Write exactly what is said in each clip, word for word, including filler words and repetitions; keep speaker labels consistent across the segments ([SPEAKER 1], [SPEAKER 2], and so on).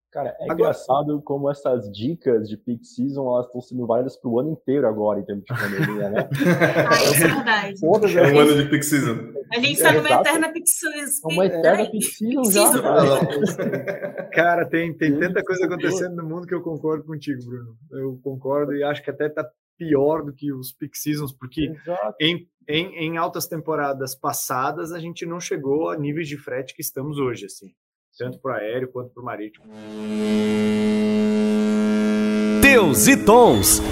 [SPEAKER 1] Cara, é agora, engraçado como essas dicas de peak season, elas estão sendo válidas para o ano inteiro agora, em termos de pandemia, né?
[SPEAKER 2] Ah, isso é verdade.
[SPEAKER 3] Todas é um gente... ano de peak season.
[SPEAKER 2] A gente está é, numa eterna peak season.
[SPEAKER 1] Uma eterna peak season já,
[SPEAKER 4] cara. Cara, tem, tem tanta coisa acontecendo no mundo que eu concordo contigo, Bruno. Eu concordo e acho que até está pior do que os peak seasons, porque em, em, em altas temporadas passadas a gente não chegou a níveis de frete que estamos hoje, assim. Tanto para o aéreo quanto para o marítimo.
[SPEAKER 5] Teus e Tons.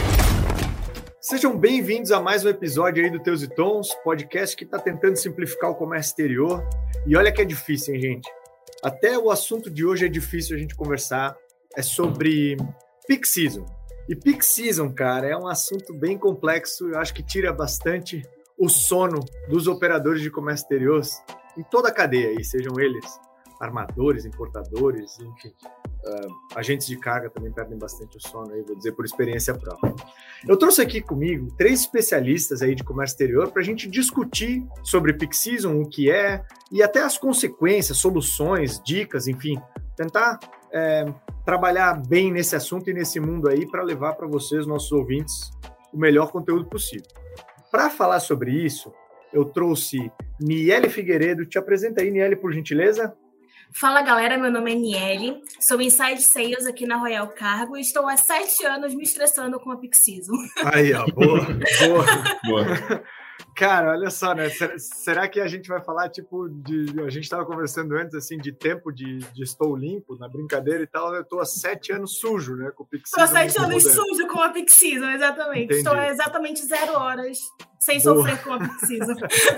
[SPEAKER 4] Sejam bem-vindos a mais um episódio aí do Teus e Tons, podcast que está tentando simplificar o comércio exterior. E olha que é difícil, hein, gente? Até o assunto de hoje é difícil a gente conversar. É sobre peak season. E peak season, cara, é um assunto bem complexo. Eu acho que tira bastante o sono dos operadores de comércio exterior em toda a cadeia aí, sejam eles armadores, importadores, enfim, uh, agentes de carga também perdem bastante o sono, aí, vou dizer por experiência própria. Eu trouxe aqui comigo três especialistas aí de comércio exterior para a gente discutir sobre peak season, o que é, e até as consequências, soluções, dicas, enfim, tentar é, trabalhar bem nesse assunto e nesse mundo aí para levar para vocês, nossos ouvintes, o melhor conteúdo possível. Para falar sobre isso, eu trouxe Niele Figueiredo. Te apresenta aí, Niele, por gentileza.
[SPEAKER 2] Fala, galera, meu nome é Niele, sou Inside Sales aqui na Royal Cargo e estou há sete anos me estressando com a peak season.
[SPEAKER 4] Aí, ó, boa, boa, boa. Cara, olha só, né, será que a gente vai falar, tipo, de, a gente estava conversando antes, assim, de tempo de, de estou limpo, na brincadeira e tal, eu estou há sete anos sujo, né, com o peak season.
[SPEAKER 2] Estou há sete anos sujo com a peak season, exatamente. Entendi. Estou há exatamente zero horas sem boa. Sofrer com a peak season.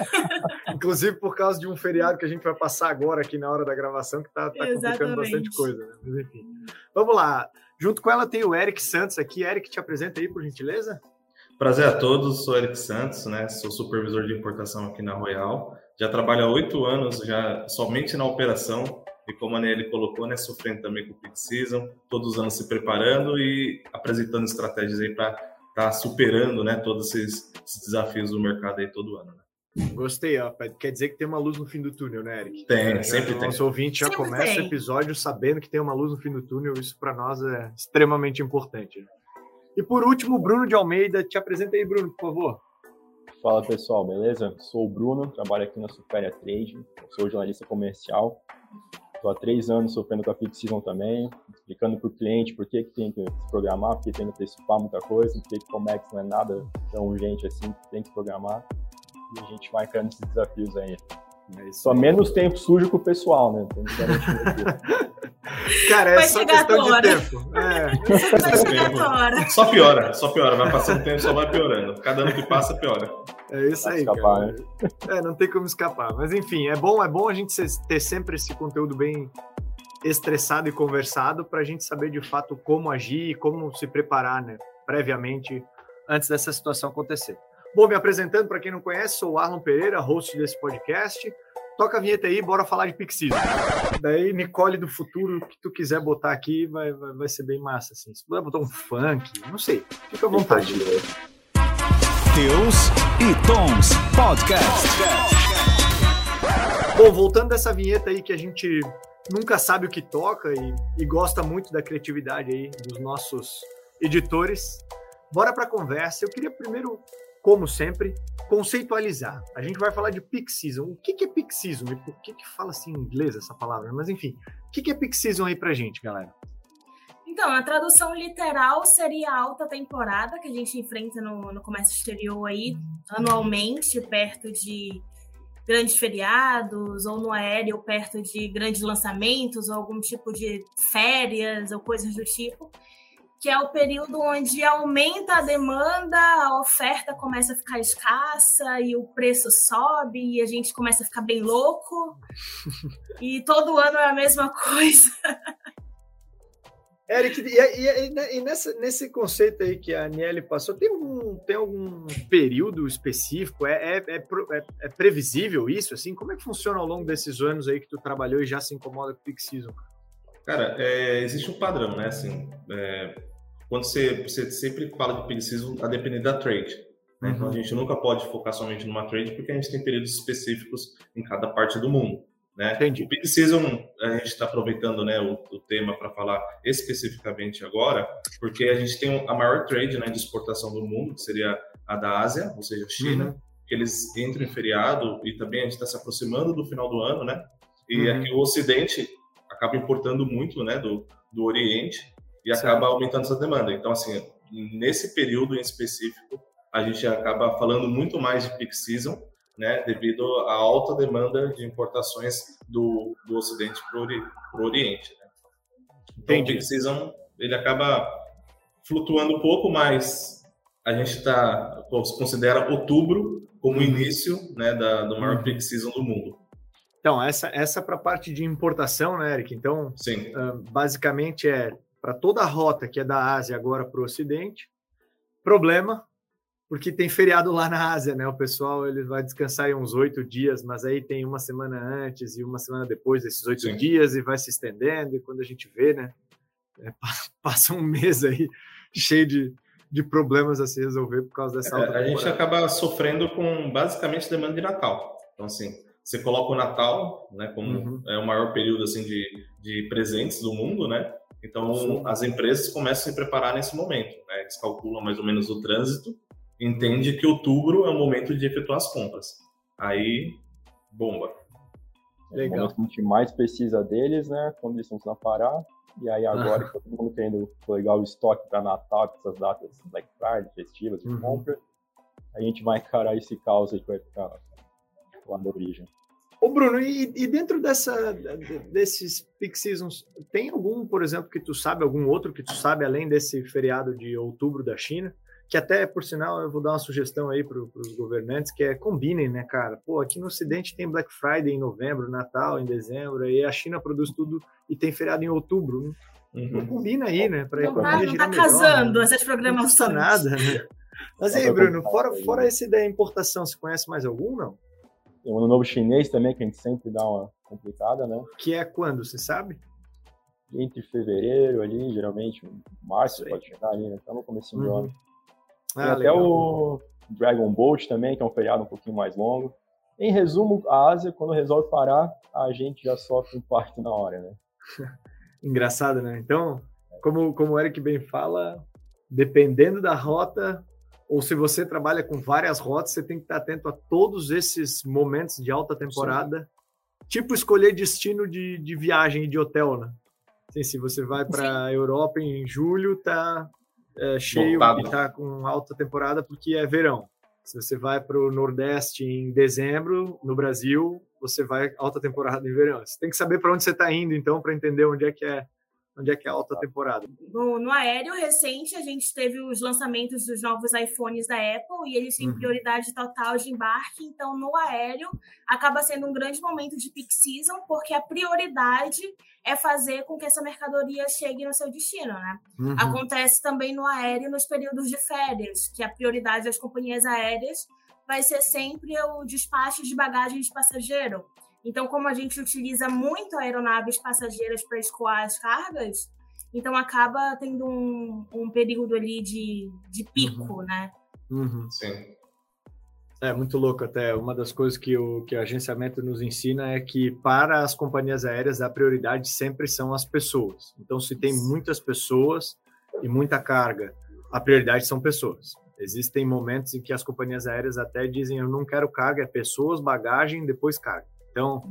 [SPEAKER 4] Inclusive por causa de um feriado que a gente vai passar agora aqui na hora da gravação, que está tá complicando bastante coisa, né? Mas enfim. Vamos lá. Junto com ela tem o Eric Santos aqui. Eric, te apresenta aí, por gentileza.
[SPEAKER 3] Prazer a todos, sou Eric Santos, né? Sou supervisor de importação aqui na Royal. Já trabalho há oito anos, já somente na operação. E como a Nelly colocou, né? Sofrendo também com o peak season, todos os anos se preparando e apresentando estratégias aí para estar tá superando, né? Todos esses, esses desafios do mercado aí todo ano, né?
[SPEAKER 4] Gostei, ó. Quer dizer que tem uma luz no fim do túnel, né, Eric?
[SPEAKER 3] Tem,
[SPEAKER 4] já,
[SPEAKER 3] sempre
[SPEAKER 4] já,
[SPEAKER 3] tem.
[SPEAKER 4] Nosso ouvinte já
[SPEAKER 2] sempre
[SPEAKER 4] começa
[SPEAKER 2] tem.
[SPEAKER 4] o episódio sabendo que tem uma luz no fim do túnel. Isso para nós é extremamente importante. E por último, Bruno de Almeida. Te apresenta aí, Bruno, por favor.
[SPEAKER 1] Fala, pessoal, beleza? Sou o Bruno, trabalho aqui na Supéria Trade, sou jornalista comercial. Estou há três anos sofrendo com a peak season também, explicando para o cliente por que, que tem que se programar, porque tem que antecipar muita coisa, porque que o Comex não é nada tão urgente assim, tem que se programar. E a gente vai encarando esses desafios aí. É Só menos tempo sujo com o pessoal, né? Tem que garantir
[SPEAKER 4] Cara, é
[SPEAKER 2] vai
[SPEAKER 4] só questão de tempo.
[SPEAKER 2] É. Vai chegar a hora.
[SPEAKER 3] Só piora, só piora. Vai passando o tempo, só vai piorando. Cada ano que passa, piora.
[SPEAKER 4] É isso aí, escapar, cara. Né? É, não tem como escapar. Mas enfim, é bom, é bom a gente ter sempre esse conteúdo bem estressado e conversado para a gente saber de fato como agir e como se preparar, né, previamente antes dessa situação acontecer. Bom, me apresentando, para quem não conhece, sou o Arlon Pereira, host desse podcast. Toca a vinheta aí, bora falar de peak season. Daí, Nicole do futuro, o que tu quiser botar aqui, vai, vai, vai ser bem massa, assim. Se puder botar um funk, não sei, fica à vontade.
[SPEAKER 5] Teus e Tons Podcast.
[SPEAKER 4] Bom, voltando dessa vinheta aí que a gente nunca sabe o que toca e, e gosta muito da criatividade aí dos nossos editores, bora para a conversa. Eu queria primeiro, como sempre, conceitualizar. A gente vai falar de peak season. O que é peak season? E por que que fala assim em inglês essa palavra? Mas enfim, o que é peak season aí pra gente, galera?
[SPEAKER 2] Então, a tradução literal seria a alta temporada que a gente enfrenta no, no comércio exterior aí, anualmente, perto de grandes feriados, ou no aéreo, perto de grandes lançamentos, ou algum tipo de férias, ou coisas do tipo, que é o período onde aumenta a demanda, a oferta começa a ficar escassa e o preço sobe e a gente começa a ficar bem louco. E todo ano é a mesma coisa.
[SPEAKER 4] Eric, e, e, e nessa, nesse conceito aí que a Niele passou, tem, um, tem algum período específico? É, é, é, é previsível isso? Assim? Como é que funciona ao longo desses anos aí que tu trabalhou e já se incomoda com o peak season?
[SPEAKER 3] Cara, é, existe um padrão, né? Assim, é, quando você, você sempre fala de peak season, a depender da trade. Né? Uhum. Então a gente nunca pode focar somente numa trade porque a gente tem períodos específicos em cada parte do mundo. né?
[SPEAKER 4] Entendi.
[SPEAKER 3] O Peak Season, a gente está aproveitando, né, o, o tema para falar especificamente agora, porque a gente tem a maior trade, né, de exportação do mundo, que seria a da Ásia, ou seja, a China, uhum. que eles entram em feriado e também a gente está se aproximando do final do ano, né? E uhum. aqui o Ocidente acaba importando muito, né, do, do Oriente e certo. Acaba aumentando essa demanda. Então, assim, nesse período em específico, a gente acaba falando muito mais de Peak Season, né, devido à alta demanda de importações do, do Ocidente para o ori, Oriente. Né? Então, Entendi. O Peak Season, ele acaba flutuando um pouco, mas a gente tá, considera outubro como o início, né, da, do maior Peak Season do mundo.
[SPEAKER 4] Então, essa, essa para a parte de importação, né, Eric? Então,
[SPEAKER 3] Sim.
[SPEAKER 4] Uh, basicamente é para toda a rota que é da Ásia agora para o Ocidente. Problema, porque tem feriado lá na Ásia, né? O pessoal ele vai descansar em uns oito dias, mas aí tem uma semana antes e uma semana depois desses oito Sim. dias e vai se estendendo. E quando a gente vê, né? É, passa um mês aí cheio de, de problemas a se resolver por causa dessa alta
[SPEAKER 3] é, A gente acaba sofrendo com basicamente demanda de Natal. Então, assim, você coloca o Natal, né? Como uhum. é o maior período assim de, de presentes do mundo, né? Então, Sim. as empresas começam a se preparar nesse momento, né? Eles calculam mais ou menos o trânsito, entende que outubro é o momento de efetuar as compras. Aí, bomba.
[SPEAKER 1] Legal. É o momento que a gente mais precisa deles, né? Quando eles estão a parar. E aí, agora ah. que todo mundo querendo pegar o estoque para Natal, essas datas Black Friday, festivas de uhum. compra, a gente vai encarar esse caos aí que vai ficar lá da origem.
[SPEAKER 4] Ô Bruno, e, e dentro dessa, desses peak seasons, tem algum, por exemplo, que tu sabe, algum outro que tu sabe, além desse feriado de outubro da China, que até, por sinal, eu vou dar uma sugestão aí para os governantes, que é combinem, né, cara? Pô, aqui no Ocidente tem Black Friday em novembro, Natal em dezembro, aí a China produz tudo e tem feriado em outubro, né? Uhum. Combina aí, né? Pra
[SPEAKER 2] não tá, não tá casando melhor, essas programações.
[SPEAKER 4] Não nada, né? Mas aí, Bruno, fora, fora esse da importação, você conhece mais algum, não?
[SPEAKER 1] Tem um novo chinês também, que a gente sempre dá uma complicada, né?
[SPEAKER 4] Que é quando, você sabe?
[SPEAKER 1] Entre fevereiro ali, geralmente, março pode chegar ali, né? Então no começo do ano. Tem ah, até legal. O Dragon Boat também, que é um feriado um pouquinho mais longo. Em resumo, a Ásia, quando resolve parar, a gente já sofre um impacto na hora, né?
[SPEAKER 4] Engraçado, né? Então, como, como o Eric bem fala, dependendo da rota, ou se você trabalha com várias rotas, você tem que estar atento a todos esses momentos de alta temporada. Sim. Tipo escolher destino de, de viagem e de hotel, né? Assim, se você vai para a Europa em julho, tá é, cheio Botado. E tá com alta temporada porque é verão. Se você vai para o Nordeste em dezembro, no Brasil, você vai alta temporada em verão. Você tem que saber para onde você está indo, então, para entender onde é que é onde é que é a alta temporada.
[SPEAKER 2] No, no aéreo recente, a gente teve os lançamentos dos novos iPhones da Apple e eles têm uhum. prioridade total de embarque. Então, no aéreo, acaba sendo um grande momento de peak season, porque a prioridade é fazer com que essa mercadoria chegue no seu destino, né? Uhum. Acontece também no aéreo nos períodos de férias, que a prioridade das companhias aéreas vai ser sempre o despacho de bagagem de passageiro. Então, como a gente utiliza muito aeronaves passageiras para escoar as cargas, então acaba tendo um, um período ali de, de pico,
[SPEAKER 4] uhum.
[SPEAKER 2] né?
[SPEAKER 4] Uhum.
[SPEAKER 3] Sim.
[SPEAKER 4] É muito louco até. Uma das coisas que o, que o agenciamento nos ensina é que para as companhias aéreas a prioridade sempre são as pessoas. Então, se tem muitas pessoas e muita carga, a prioridade são pessoas. Existem momentos em que as companhias aéreas até dizem eu não quero carga, é pessoas, bagagem, depois carga. Então,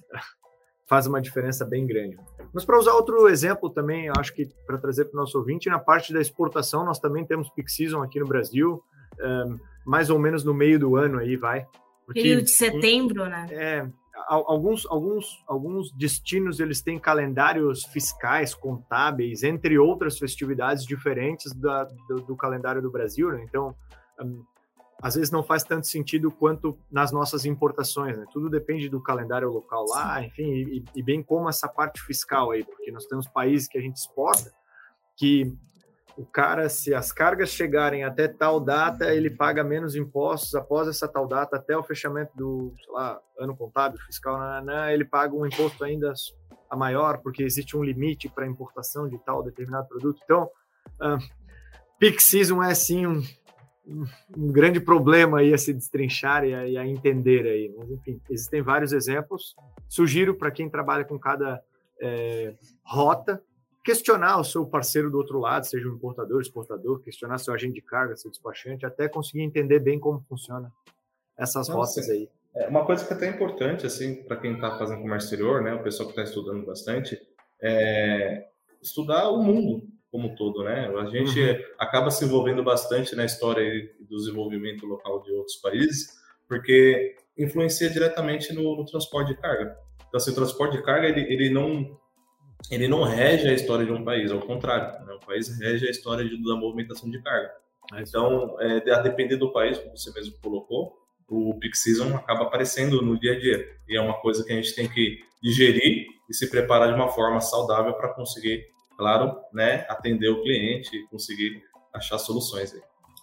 [SPEAKER 4] faz uma diferença bem grande. Mas para usar outro exemplo também, eu acho que para trazer para o nosso ouvinte, na parte da exportação, nós também temos peak season aqui no Brasil, um, mais ou menos no meio do ano aí, vai.
[SPEAKER 2] Porque, período de setembro, né?
[SPEAKER 4] É, alguns, alguns, alguns destinos, eles têm calendários fiscais, contábeis, entre outras festividades diferentes da, do, do calendário do Brasil, né? Então, um, às vezes não faz tanto sentido quanto nas nossas importações, né? Tudo depende do calendário local lá, Sim. enfim, e, e bem como essa parte fiscal aí, porque nós temos países que a gente exporta que o cara, se as cargas chegarem até tal data, ele paga menos impostos após essa tal data, até o fechamento do, sei lá, ano contábil, fiscal, nananã, ele paga um imposto ainda a maior, porque existe um limite para importação de tal determinado produto. Então, uh, peak season é sim um um grande problema aí a se destrinchar e a, e a entender aí. Mas, enfim, existem vários exemplos. Sugiro para quem trabalha com cada é, rota, questionar o seu parceiro do outro lado, seja um importador, exportador, questionar seu agente de carga, seu despachante, até conseguir entender bem como funciona essas
[SPEAKER 3] Não,
[SPEAKER 4] rotas
[SPEAKER 3] sim.
[SPEAKER 4] aí.
[SPEAKER 3] É uma coisa que é até importante, assim, para quem está fazendo comércio exterior, né, o pessoal que está estudando bastante, é estudar o mundo como um todo, né? A gente uhum. acaba se envolvendo bastante na história do desenvolvimento local de outros países, porque influencia diretamente no, no transporte de carga. Então, assim, o transporte de carga, ele, ele não ele não rege a história de um país, ao contrário, né? O país rege a história de, da movimentação de carga. Então, é, a depender do país, como você mesmo colocou, o peak season acaba aparecendo no dia a dia. E é uma coisa que a gente tem que digerir e se preparar de uma forma saudável para conseguir, claro, né, atender o cliente e conseguir achar soluções aí.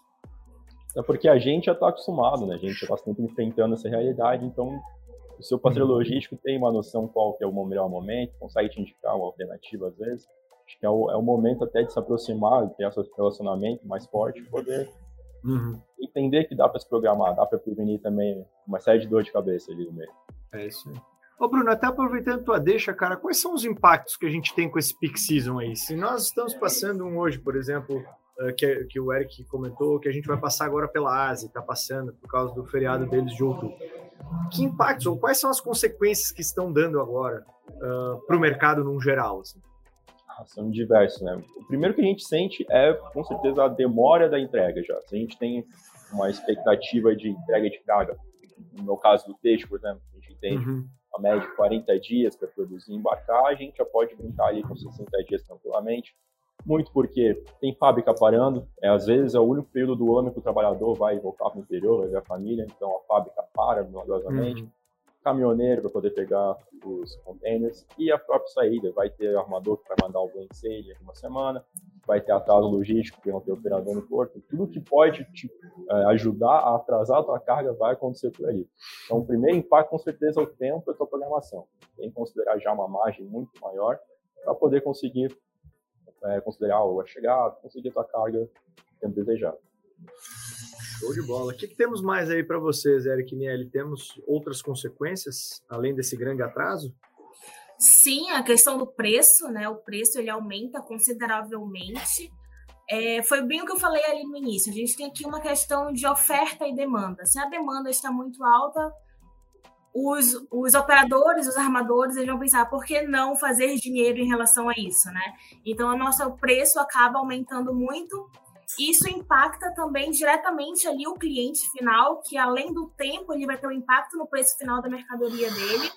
[SPEAKER 1] É porque a gente já está acostumado, né? A gente já está sempre enfrentando essa realidade, então o seu parceiro uhum. logístico tem uma noção qual que é o melhor momento, consegue te indicar uma alternativa às vezes. Acho que é o, é o momento até de se aproximar, ter esse relacionamento mais forte, poder uhum. entender que dá para se programar, dá para prevenir também uma série de dor de cabeça ali no meio.
[SPEAKER 4] É isso aí. Ô Bruno, até aproveitando tua deixa, cara, quais são os impactos que a gente tem com esse peak season aí? Se nós estamos passando um hoje, por exemplo, que, que o Eric comentou, que a gente vai passar agora pela Ásia, está passando por causa do feriado deles de outubro. Que impactos, ou quais são as consequências que estão dando agora uh, para o mercado num geral? Assim?
[SPEAKER 1] Ah, são diversos, né? O primeiro que a gente sente é, com certeza, a demora da entrega já. Se a gente tem uma expectativa de entrega de carga, no meu caso do peixe, por exemplo, a gente entende uhum. a média de quarenta dias para produzir e embarcar, a gente já pode brincar ali com sessenta dias tranquilamente. Muito porque tem fábrica parando, é, às vezes é o único período do ano que o trabalhador vai voltar para o interior, vai ver a família, então a fábrica para milagrosamente. Uhum. Caminhoneiro para poder pegar os containers e a própria saída. Vai ter armador que vai mandar o blank sail em uma semana, vai ter atraso logístico porque não tem operador no porto. Tudo que pode te é, ajudar a atrasar a tua carga vai acontecer por ali. Então, o primeiro impacto, com certeza, é o tempo da tua programação. Tem que considerar já uma margem muito maior para poder conseguir é, considerar a chegada, conseguir a tua carga no tempo desejado.
[SPEAKER 4] Show de bola. O que, que temos mais aí para vocês, Eric e Niele? Temos outras consequências, além desse grande atraso?
[SPEAKER 2] Sim, a questão do preço, né? O preço ele aumenta consideravelmente. É, foi bem o que eu falei ali no início. A gente tem aqui uma questão de oferta e demanda. Se a demanda está muito alta, os, os operadores, os armadores, eles vão pensar, por que não fazer dinheiro em relação a isso, né? Então, o nosso preço acaba aumentando muito. Isso impacta também diretamente ali o cliente final, que além do tempo, ele vai ter um impacto no preço final da mercadoria dele.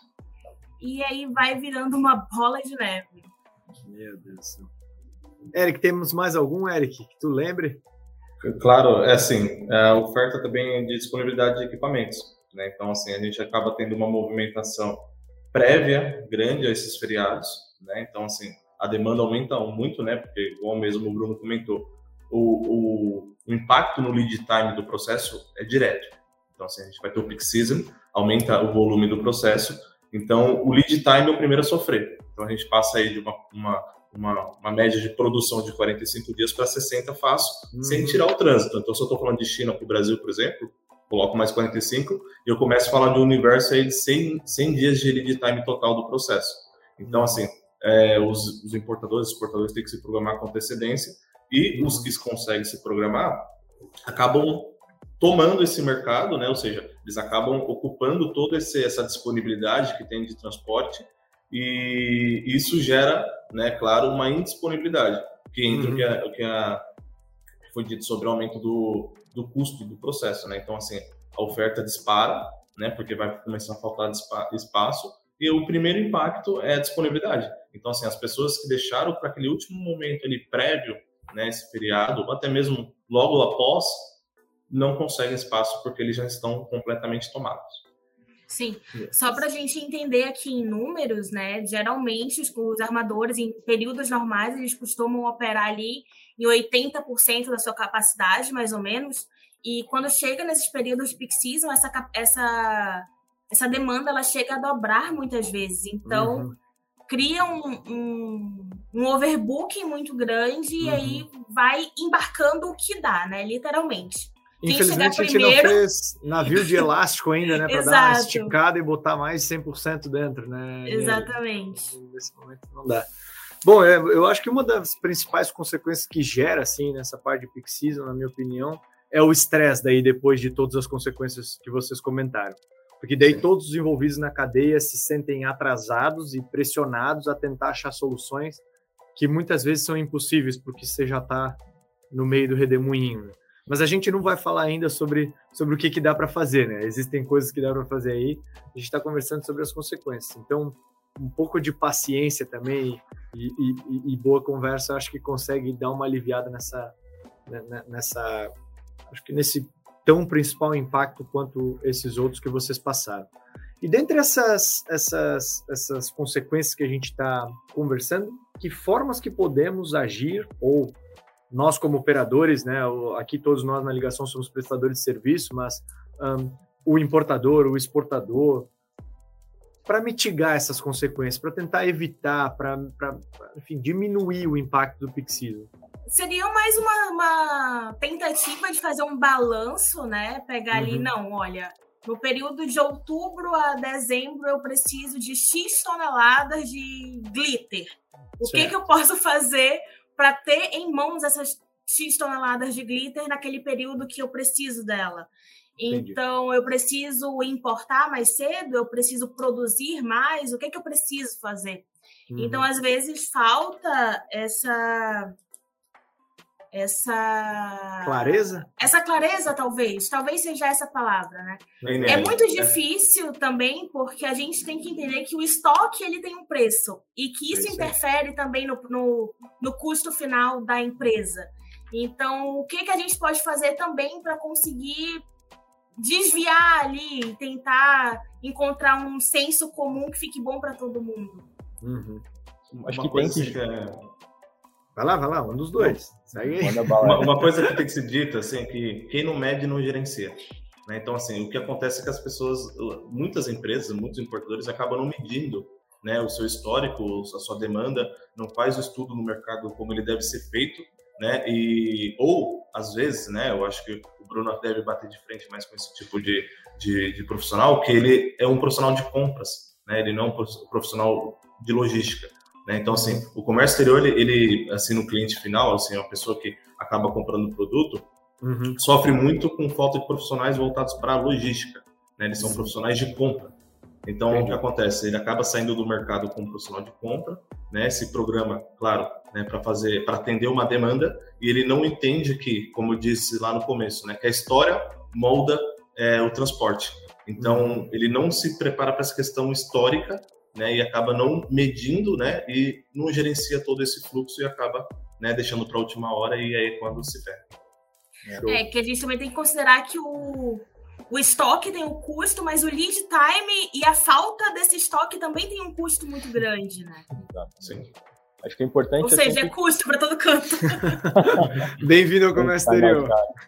[SPEAKER 2] E aí vai virando uma bola de neve.
[SPEAKER 4] Meu Deus do céu. Eric, temos mais algum, Eric, que tu lembre?
[SPEAKER 3] Claro, é assim, a oferta também de disponibilidade de equipamentos, né? Então, assim, a gente acaba tendo uma movimentação prévia, grande a esses feriados, né? Então, assim, a demanda aumenta muito, né? Porque, igual mesmo o Bruno comentou, o, o, o impacto no lead time do processo é direto. Então, assim, a gente vai ter o peak season, aumenta o volume do processo. Então, o lead time é o primeiro a sofrer. Então, a gente passa aí de uma, uma, uma, uma média de produção de quarenta e cinco dias para sessenta fácil, uhum. sem tirar o trânsito. Então, se eu estou falando de China para o Brasil, por exemplo, coloco mais quarenta e cinco e eu começo a falar de um universo aí de cem, cem dias de lead time total do processo. Então, assim, é, os, os importadores, os exportadores têm que se programar com antecedência e os que conseguem se programar acabam tomando esse mercado, né? Ou seja, eles acabam ocupando toda esse, essa disponibilidade que tem de transporte e isso gera, né, claro, uma indisponibilidade, que entra uhum. o, que a, o que a, foi dito sobre o aumento do, do custo do processo, né? Então, assim, a oferta dispara, né, porque vai começar a faltar espaço e o primeiro impacto é a disponibilidade. Então, assim, as pessoas que deixaram para aquele último momento ali prévio, né, esse feriado, ou até mesmo logo após, não conseguem espaço porque eles já estão completamente tomados.
[SPEAKER 2] Sim, só para a gente entender aqui em números, né, geralmente os, os armadores em períodos normais eles costumam operar ali em oitenta por cento da sua capacidade, mais ou menos, e quando chega nesses períodos de peak season, essa, essa, essa demanda ela chega a dobrar muitas vezes, então uhum. cria um, um, um overbooking muito grande uhum. e aí vai embarcando o que dá, né, literalmente.
[SPEAKER 4] Infelizmente a gente
[SPEAKER 2] primeiro...
[SPEAKER 4] não fez navio de elástico ainda, né? Para dar uma esticada e botar mais cem por cento dentro, né?
[SPEAKER 2] Exatamente.
[SPEAKER 4] Nesse momento não dá. Bom, eu acho que uma das principais consequências que gera, assim, nessa parte de peak season, na minha opinião, é o estresse daí depois de todas as consequências que vocês comentaram. Porque daí Sim. todos os envolvidos na cadeia se sentem atrasados e pressionados a tentar achar soluções que muitas vezes são impossíveis, porque você já está no meio do redemoinho. Mas a gente não vai falar ainda sobre, sobre o que, que dá para fazer, né? Existem coisas que dá para fazer aí, a gente está conversando sobre as consequências. Então, um pouco de paciência também e, e, e boa conversa, acho que consegue dar uma aliviada nessa, nessa, acho que nesse tão principal impacto quanto esses outros que vocês passaram. E dentre essas, essas, essas consequências que a gente está conversando, que formas que podemos agir, ou nós como operadores, né, aqui todos nós na ligação somos prestadores de serviço, mas um, o importador, o exportador, para mitigar essas consequências, para tentar evitar, para, enfim, diminuir o impacto do peak season?
[SPEAKER 2] Seria mais uma, uma tentativa de fazer um balanço, né? Pegar ali, uhum. não, olha, no período de outubro a dezembro eu preciso de X toneladas de glitter. O que, que eu posso fazer para ter em mãos essas X toneladas de glitter naquele período que eu preciso dela? Entendi. Então, eu preciso importar mais cedo? Eu preciso produzir mais? O que, que eu preciso fazer? Uhum. Então, às vezes, falta essa... essa...
[SPEAKER 4] Clareza?
[SPEAKER 2] Essa clareza, talvez. Talvez seja essa palavra, né? É, é muito difícil é. também, porque a gente tem que entender que o estoque ele tem um preço e que isso é interfere é. também no, no, no custo final da empresa. Então, o que, que a gente pode fazer também para conseguir desviar ali, tentar encontrar um senso comum que fique bom para todo mundo?
[SPEAKER 4] Uhum.
[SPEAKER 1] Acho uma que tem que... É...
[SPEAKER 4] Vai lá, vai lá, um dos dois. Segue aí.
[SPEAKER 3] Uma, uma coisa que tem que ser dita, assim, é que quem não mede não gerencia. Né? Então, assim, o que acontece é que as pessoas, muitas empresas, muitos importadores acabam não medindo, né, o seu histórico, a sua demanda, não faz o estudo no mercado como ele deve ser feito, né? E, ou, às vezes, né, eu acho que o Bruno deve bater de frente mais com esse tipo de, de, de profissional, que ele é um profissional de compras, né? Ele não é um profissional de logística. Né? Então, assim, o comércio exterior, ele, ele, assim, no cliente final, assim, uma pessoa que acaba comprando o produto, uhum. sofre muito com falta de profissionais voltados para a logística. Né? Eles são Sim. profissionais de compra. Então, Entendi. o que acontece? Ele acaba saindo do mercado como profissional de compra, né? Se programa, claro, né, para fazer, para atender uma demanda, e ele não entende que, como eu disse lá no começo, né, que a história molda é, o transporte. Então, uhum. ele não se prepara para essa questão histórica, né, e acaba não medindo, né, e não gerencia todo esse fluxo e acaba, né, deixando para a última hora e aí é quando se perde.
[SPEAKER 2] É, que a gente também tem que considerar que o, o estoque tem um custo, mas o lead time e a falta desse estoque também tem um custo muito grande, né?
[SPEAKER 1] Sim. Acho que é importante...
[SPEAKER 2] Ou seja,
[SPEAKER 1] é, sempre...
[SPEAKER 2] é custo para todo canto.
[SPEAKER 4] Bem-vindo ao comércio exterior.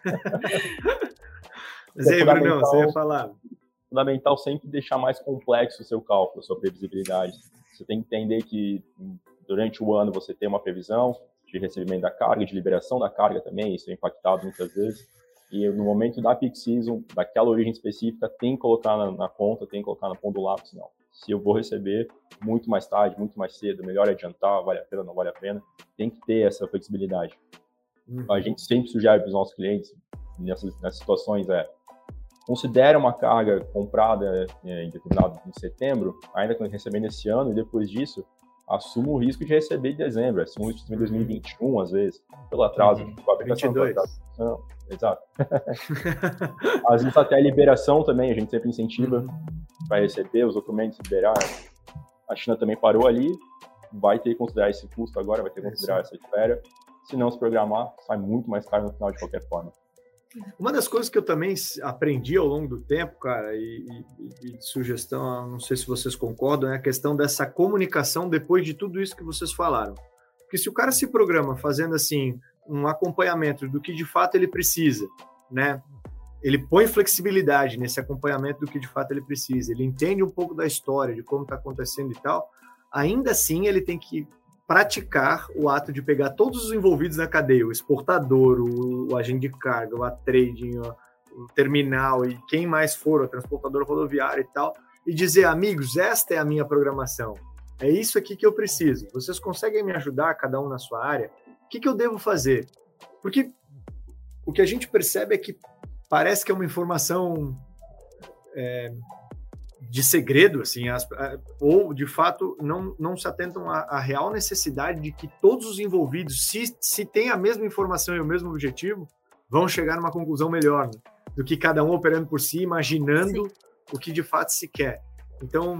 [SPEAKER 4] Mas aí, Bruno, você ia falar...
[SPEAKER 1] Fundamental sempre deixar mais complexo o seu cálculo, a sua previsibilidade. Você tem que entender que durante o ano você tem uma previsão de recebimento da carga, de liberação da carga também, isso é impactado muitas vezes. E no momento da peak season, daquela origem específica, tem que colocar na, na conta, tem que colocar na ponta do lápis, não. Se eu vou receber muito mais tarde, muito mais cedo, melhor adiantar, vale a pena, não vale a pena, tem que ter essa flexibilidade. Uhum. A gente sempre sugere para os nossos clientes, nessas, nessas situações, é considera uma carga comprada é, em determinado em setembro, ainda que recebendo esse ano, e depois disso, assuma o risco de receber em dezembro, assuma o risco de dois mil e vinte e um, às vezes, pelo atraso.
[SPEAKER 4] Uhum. vinte e dois.
[SPEAKER 1] Não, exato. Às vezes até a liberação também, a gente sempre incentiva uhum. para receber os documentos, liberar. A China também parou ali, vai ter que considerar esse custo agora, vai ter que considerar é essa espera. Se não se programar, sai muito mais caro no final de qualquer forma.
[SPEAKER 4] Uma das coisas que eu também aprendi ao longo do tempo, cara, e, e, e sugestão, não sei se vocês concordam, é a questão dessa comunicação depois de tudo isso que vocês falaram. Porque se o cara se programa fazendo, assim, um acompanhamento do que de fato ele precisa, né? Ele põe flexibilidade nesse acompanhamento do que de fato ele precisa, ele entende um pouco da história, de como está acontecendo e tal, ainda assim ele tem que praticar o ato de pegar todos os envolvidos na cadeia, o exportador, o, o agente de carga, o a trading, o terminal e quem mais for, o transportador rodoviário e tal, e dizer, amigos, esta é a minha programação, é isso aqui que eu preciso, vocês conseguem me ajudar, cada um na sua área? O que, que eu devo fazer? Porque o que a gente percebe é que parece que é uma informação é, de segredo, assim, as, ou, de fato, não, não se atentam à, à real necessidade de que todos os envolvidos, se, se têm a mesma informação e o mesmo objetivo, vão chegar numa conclusão melhor, né? Do que cada um operando por si, imaginando Sim. o que de fato se quer. Então,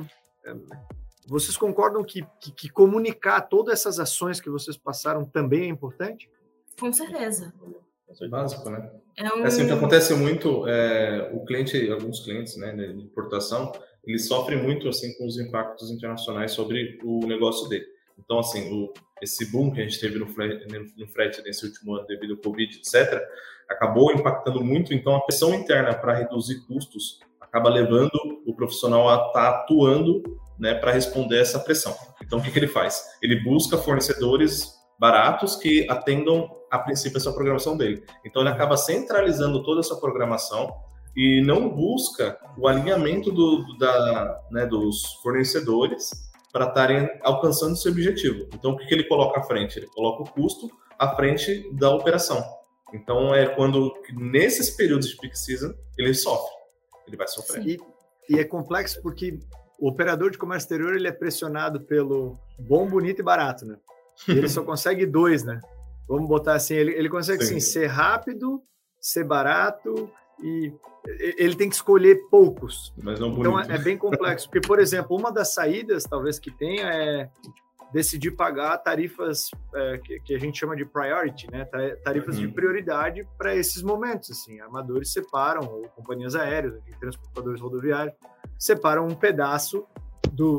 [SPEAKER 4] vocês concordam que, que, que comunicar todas essas ações que vocês passaram também é importante?
[SPEAKER 2] Com certeza.
[SPEAKER 3] É básico, né?
[SPEAKER 2] É, um...
[SPEAKER 3] é assim, o que acontece muito, é, o cliente, alguns clientes, né, de importação, eles sofrem muito assim com os impactos internacionais sobre o negócio dele. Então, assim, o, esse boom que a gente teve no frete, no frete nesse último ano devido ao Covid, etcétera, acabou impactando muito. Então, a pressão interna para reduzir custos acaba levando o profissional a estar atuando, né, para responder essa pressão. Então, o que, que ele faz? Ele busca fornecedores baratos que atendam, a princípio, essa programação dele. Então, ele acaba centralizando toda essa programação e não busca o alinhamento do, da, né, dos fornecedores para estarem alcançando esse objetivo. Então, o que, que ele coloca à frente? Ele coloca o custo à frente da operação. Então, é quando, nesses períodos de peak season, ele sofre. Ele vai sofrer.
[SPEAKER 4] E, e é complexo porque o operador de comércio exterior ele é pressionado pelo bom, bonito e barato, né? E ele só consegue dois, né? Vamos botar assim, ele, ele consegue assim, ser rápido, ser barato e ele tem que escolher poucos.
[SPEAKER 3] Mas não
[SPEAKER 4] então
[SPEAKER 3] bonito.
[SPEAKER 4] é, é bem complexo, porque, por exemplo, uma das saídas, talvez que tenha, é decidir pagar tarifas é, que, que a gente chama de priority, né? Tarifas uhum. de prioridade para esses momentos, assim. Armadores separam, ou companhias aéreas, transportadores rodoviários, separam um pedaço do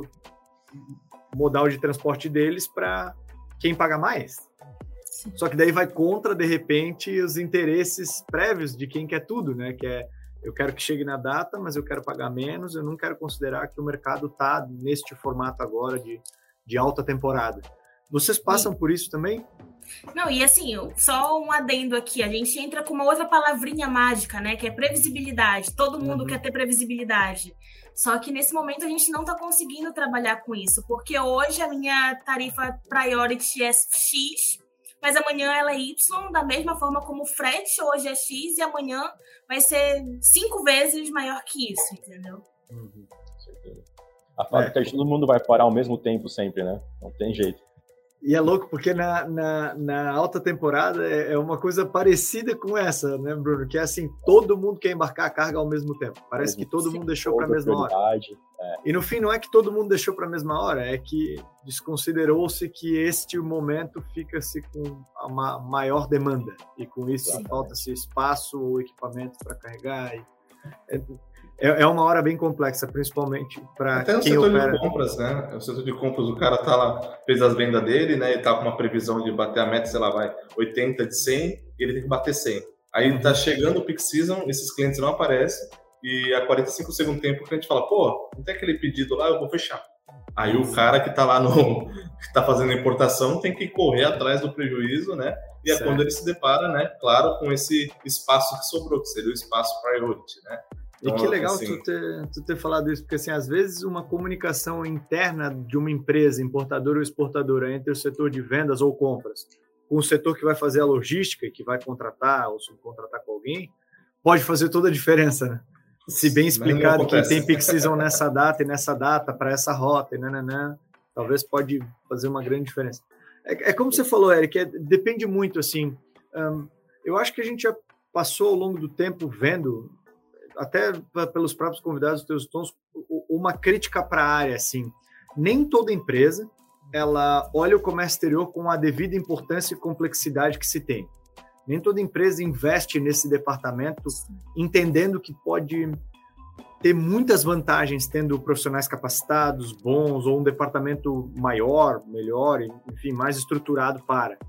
[SPEAKER 4] modal de transporte deles para quem paga mais. Sim. Só que daí vai contra, de repente, os interesses prévios de quem quer tudo, né? Que é, eu quero que chegue na data, mas eu quero pagar menos, eu não quero considerar que o mercado está neste formato agora de, de alta temporada. Vocês passam Sim. por isso também?
[SPEAKER 2] Não, e assim, só um adendo aqui, a gente entra com uma outra palavrinha mágica, né? Que é previsibilidade. Todo mundo uhum. quer ter previsibilidade. Só que nesse momento a gente não está conseguindo trabalhar com isso, porque hoje a minha tarifa priority é X, mas amanhã ela é Y, da mesma forma como o frete hoje é X e amanhã vai ser cinco vezes maior que isso, entendeu?
[SPEAKER 1] Uhum. A fábrica é. de todo mundo vai parar ao mesmo tempo sempre, né? Não tem jeito.
[SPEAKER 4] E é louco, porque na, na, na alta temporada é, é uma coisa parecida com essa, né, Bruno? Que é assim, todo mundo quer embarcar a carga ao mesmo tempo. Parece que todo mundo deixou para a mesma hora. É. E no fim, não é que todo mundo deixou para a mesma hora, é que desconsiderou-se que este momento fica-se com uma maior demanda. E com isso falta-se espaço ou equipamento para carregar. E é, É uma hora bem complexa, principalmente para quem
[SPEAKER 3] opera. Até o setor
[SPEAKER 4] opera.
[SPEAKER 3] de compras, né? O setor de compras, o cara tá lá, fez as vendas dele, né? Ele tá com uma previsão de bater a meta, sei lá, vai, oitenta de cem, e ele tem que bater cem. Aí tá chegando o peak season, esses clientes não aparecem, e a quarenta e cinco segundos tempo o cliente fala, pô, não tem aquele pedido lá, eu vou fechar. Aí o cara que tá lá no... que tá fazendo a importação tem que correr atrás do prejuízo, né? E é certo. Quando ele se depara, né? Claro, com esse espaço que sobrou, que seria o espaço priority, né?
[SPEAKER 4] E que legal assim, tu, ter, tu ter falado isso, porque assim, às vezes uma comunicação interna de uma empresa, importadora ou exportadora, entre o setor de vendas ou compras, com o setor que vai fazer a logística e que vai contratar ou subcontratar com alguém, pode fazer toda a diferença, né? Se bem explicado que tem peak season nessa data e nessa data, para essa rota, e nananã, talvez pode fazer uma grande diferença. É, é como você falou, Eric, é, depende muito, assim, um, eu acho que a gente já passou ao longo do tempo vendo, até pelos próprios convidados dos teus tons, uma crítica para a área, assim. Nem toda empresa, ela olha o comércio exterior com a devida importância e complexidade que se tem. Nem toda empresa investe nesse departamento, entendendo que pode ter muitas vantagens tendo profissionais capacitados, bons, ou um departamento maior, melhor, enfim, mais estruturado para...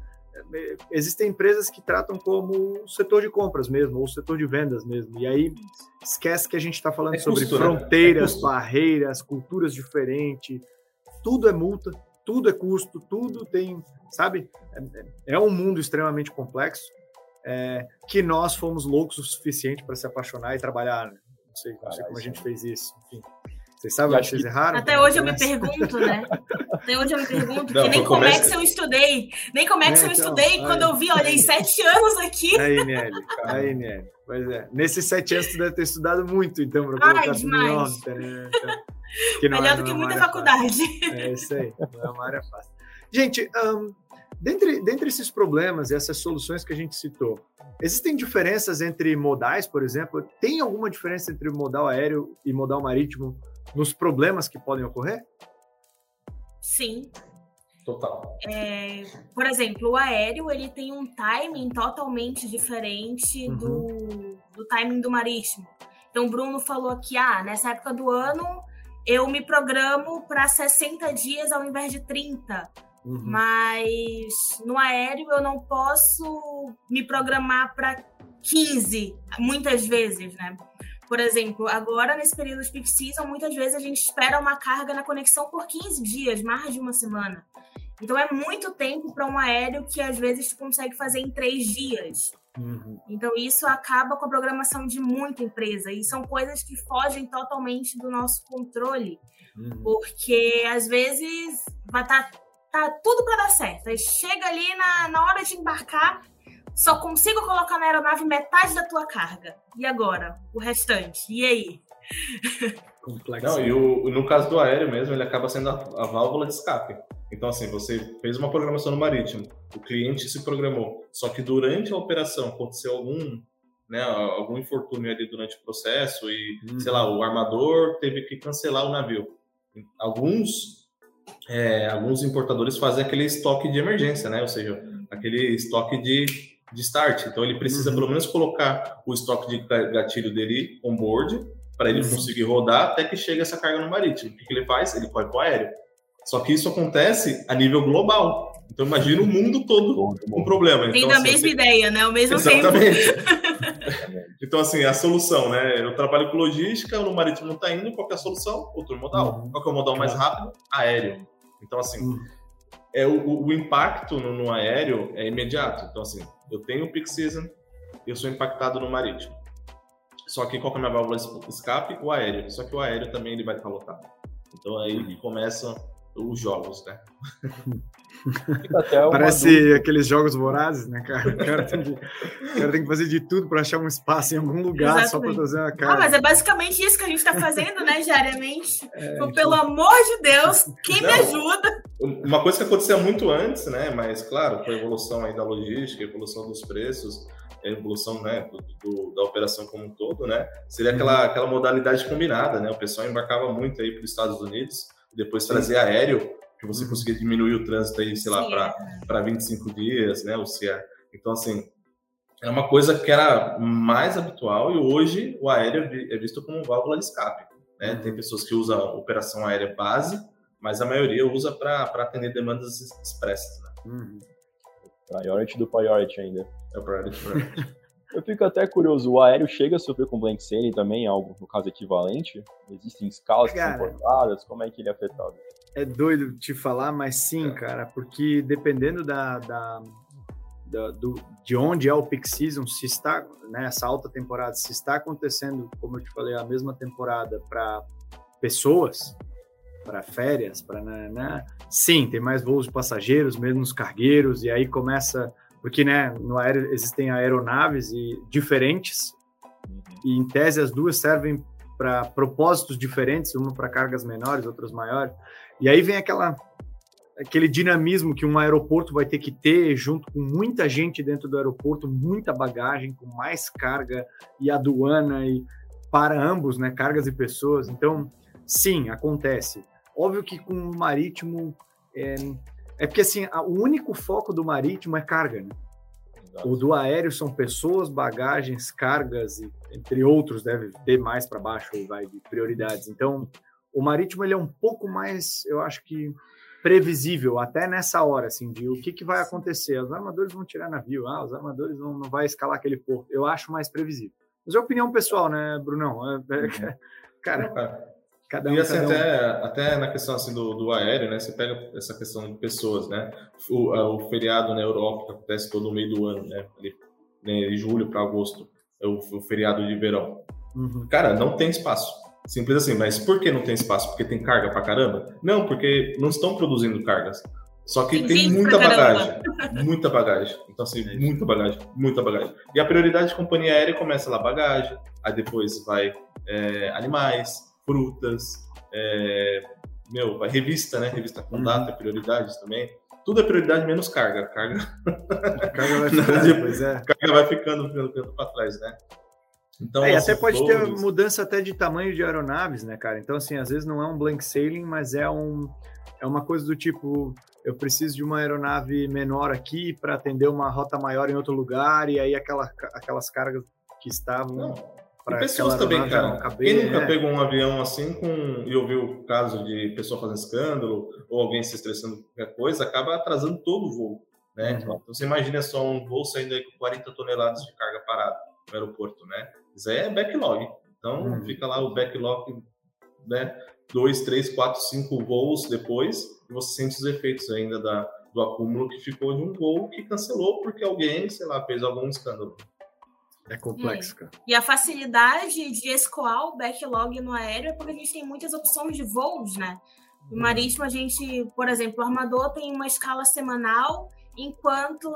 [SPEAKER 4] Existem empresas que tratam como o setor de compras mesmo, ou o setor de vendas mesmo, e aí esquece que a gente está falando é sobre custo, fronteiras, né? é barreiras, culturas diferentes, tudo é multa, tudo é custo, tudo tem, sabe? É, é um mundo extremamente complexo, é, que nós fomos loucos o suficiente para se apaixonar e trabalhar, né? Não sei, não sei como a gente fez isso, enfim. Vocês sabem onde vocês erraram?
[SPEAKER 2] Até hoje eu me pergunto, né? Até hoje eu me pergunto, não, que nem como é que eu estudei. Nem como é que é, eu estudei então, quando aí, eu vi, olha, em sete anos aqui.
[SPEAKER 4] Aí, Nelly, aí, Nelly. Pois é. Nesses sete anos tu deve ter estudado muito, então, para colocar tudo em órbita, né? Então,
[SPEAKER 2] que não Melhor é, do que muita faculdade.
[SPEAKER 4] Fácil. É isso aí, não é uma área fácil. Gente, um, dentre, dentre esses problemas e essas soluções que a gente citou, existem diferenças entre modais, por exemplo? Tem alguma diferença entre o modal aéreo e modal marítimo nos problemas que podem ocorrer?
[SPEAKER 2] Sim.
[SPEAKER 3] Total.
[SPEAKER 2] É, por exemplo, o aéreo ele tem um timing totalmente diferente uhum. do, do timing do marítimo. Então, o Bruno falou que ah, nessa época do ano eu me programo para sessenta dias ao invés de trinta. Uhum. Mas no aéreo eu não posso me programar para quinze, muitas vezes, né? Por exemplo, agora nesse período de peak season, muitas vezes a gente espera uma carga na conexão por quinze dias, mais de uma semana. Então é muito tempo para um aéreo que às vezes tu consegue fazer em três dias. Uhum. Então isso acaba com a programação de muita empresa. E são coisas que fogem totalmente do nosso controle. Uhum. Porque às vezes vai estar tá, tá tudo para dar certo. Aí chega ali na, na hora de embarcar, só consigo colocar na aeronave metade da tua carga. E agora? O restante? E aí?
[SPEAKER 3] Complexo. Não, e o, no caso do aéreo mesmo, ele acaba sendo a, a válvula de escape. Então, assim, você fez uma programação no marítimo, o cliente se programou, só que durante a operação aconteceu algum, né, algum infortúnio ali durante o processo e, uhum. sei lá, o armador teve que cancelar o navio. Alguns, é, alguns importadores fazem aquele estoque de emergência, né? Ou seja, aquele estoque de de start, então ele precisa uhum. pelo menos colocar o estoque de gatilho dele on board para ele uhum. conseguir rodar até que chegue essa carga no marítimo. O que, que ele faz? Ele corre para o aéreo. Só que isso acontece a nível global. Então imagina o mundo todo com problema.
[SPEAKER 2] Tem
[SPEAKER 3] então,
[SPEAKER 2] da
[SPEAKER 3] assim,
[SPEAKER 2] mesma
[SPEAKER 3] você...
[SPEAKER 2] ideia, né? O mesmo
[SPEAKER 3] Exatamente.
[SPEAKER 2] tempo.
[SPEAKER 3] Então assim, a solução, né? Eu trabalho com logística, no marítimo não está indo, qual que é a solução? Outro modal. Uhum. Qual que é o modal mais rápido? Aéreo. Então assim, uhum. é, o, o impacto no, no aéreo é imediato. Então assim, eu tenho o peak season, eu sou impactado no marítimo. Só que qual que é a minha válvula de escape? O aéreo. Só que o aéreo também ele vai estar lotado. Então aí uhum. começam os jogos, né?
[SPEAKER 4] Parece dúvida. Aqueles jogos vorazes, né, cara? O cara tem que, o cara tem que fazer de tudo para achar um espaço em algum lugar. Exatamente. Só para fazer uma cara.
[SPEAKER 2] Ah, mas é basicamente isso que a gente está fazendo, né, diariamente. É, então, pelo gente... amor de Deus, quem Não, me ajuda?
[SPEAKER 3] Uma coisa que acontecia muito antes, né, mas claro, com a evolução aí da logística, a evolução dos preços, a evolução, né, do, do, da operação como um todo, né, seria aquela, aquela modalidade combinada, né? O pessoal embarcava muito aí para os Estados Unidos, depois trazia aéreo, que você uhum. conseguia diminuir o trânsito aí, sei lá, para vinte e cinco dias, né, o C I A. Então, assim, é uma coisa que era mais habitual e hoje o aéreo é visto como válvula de escape, né? Uhum. Tem pessoas que usam a operação aérea base, mas a maioria usa para atender demandas expressas, né?
[SPEAKER 1] Uhum. Priority do priority ainda.
[SPEAKER 3] É o priority, priority.
[SPEAKER 1] Eu fico até curioso, o aéreo chega a sofrer com blank sailing também, algo, no caso, equivalente? Existem escalas que são cortadas? Como é que ele é afetado?
[SPEAKER 4] É doido te falar, mas sim, cara, porque dependendo da, da, da, do, de onde é o peak season, se está, né, essa alta temporada, se está acontecendo, como eu te falei, a mesma temporada para pessoas, para férias, para né, né, sim, tem mais voos de passageiros, menos cargueiros, e aí começa... Porque, né, no aéreo existem aeronaves e, diferentes, e em tese as duas servem para propósitos diferentes, uma para cargas menores, outras maiores. E aí vem aquela, aquele dinamismo que um aeroporto vai ter que ter, junto com muita gente dentro do aeroporto, muita bagagem, com mais carga e aduana, e para ambos, né, cargas e pessoas. Então, sim, acontece. Óbvio que com o marítimo... É, É porque, assim, o único foco do marítimo é carga, né? Exato. O do aéreo são pessoas, bagagens, cargas, e, entre outros, deve ter mais para baixo, vai, de prioridades. Então, o marítimo, ele é um pouco mais, eu acho que, previsível, até nessa hora, assim, de o que, que vai acontecer. Os armadores vão tirar navio, ah, os armadores não, não vai escalar aquele porto. Eu acho mais previsível. Mas é opinião pessoal, né, Brunão? É, é, cara... Cada um,
[SPEAKER 3] e assim,
[SPEAKER 4] cada um.
[SPEAKER 3] até, até na questão assim, do, do aéreo, né? Você pega essa questão de pessoas, né? O, o feriado na Europa que acontece todo no meio do ano, né? Ali, né, de julho para agosto, é o, o feriado de verão.
[SPEAKER 4] Uhum.
[SPEAKER 3] Cara, não tem espaço. Simples assim, mas por que não tem espaço? Porque tem carga pra caramba? Não, porque não estão produzindo cargas. Só que tem, tem muita bagagem, muita bagagem. Então, assim, é muita bagagem, muita bagagem. E a prioridade de companhia aérea começa lá bagagem, aí depois vai é, animais, frutas, é, meu, vai revista, né? Revista com data, prioridades também. Tudo é prioridade menos carga. Carga,
[SPEAKER 4] a carga vai ficando, pois é.
[SPEAKER 3] Carga vai ficando, ficando para trás, né?
[SPEAKER 4] Então, é, até pode ter mudança até de tamanho de aeronaves, né, cara? Então, assim, às vezes não é um blank sailing, mas é, um, é uma coisa do tipo, eu preciso de uma aeronave menor aqui para atender uma rota maior em outro lugar, e aí aquela, aquelas cargas que estavam...
[SPEAKER 3] E pessoas também, cara. Caber, Quem nunca é. pegou um avião assim com, e ouviu o caso de pessoa fazendo escândalo, ou alguém se estressando com qualquer coisa, acaba atrasando todo o voo, né? Uhum. Então, você imagina só um voo saindo aí com quarenta toneladas de carga parada no aeroporto, né? Isso aí é backlog. Então, uhum. fica lá o backlog, né? Dois, três, quatro, cinco voos depois, e você sente os efeitos ainda da, do acúmulo que ficou de um voo que cancelou porque alguém, sei lá, fez algum escândalo.
[SPEAKER 4] É complexo, cara.
[SPEAKER 2] E a facilidade de escoar o backlog no aéreo é porque a gente tem muitas opções de voos, né? No marítimo, a gente, por exemplo, o armador tem uma escala semanal, enquanto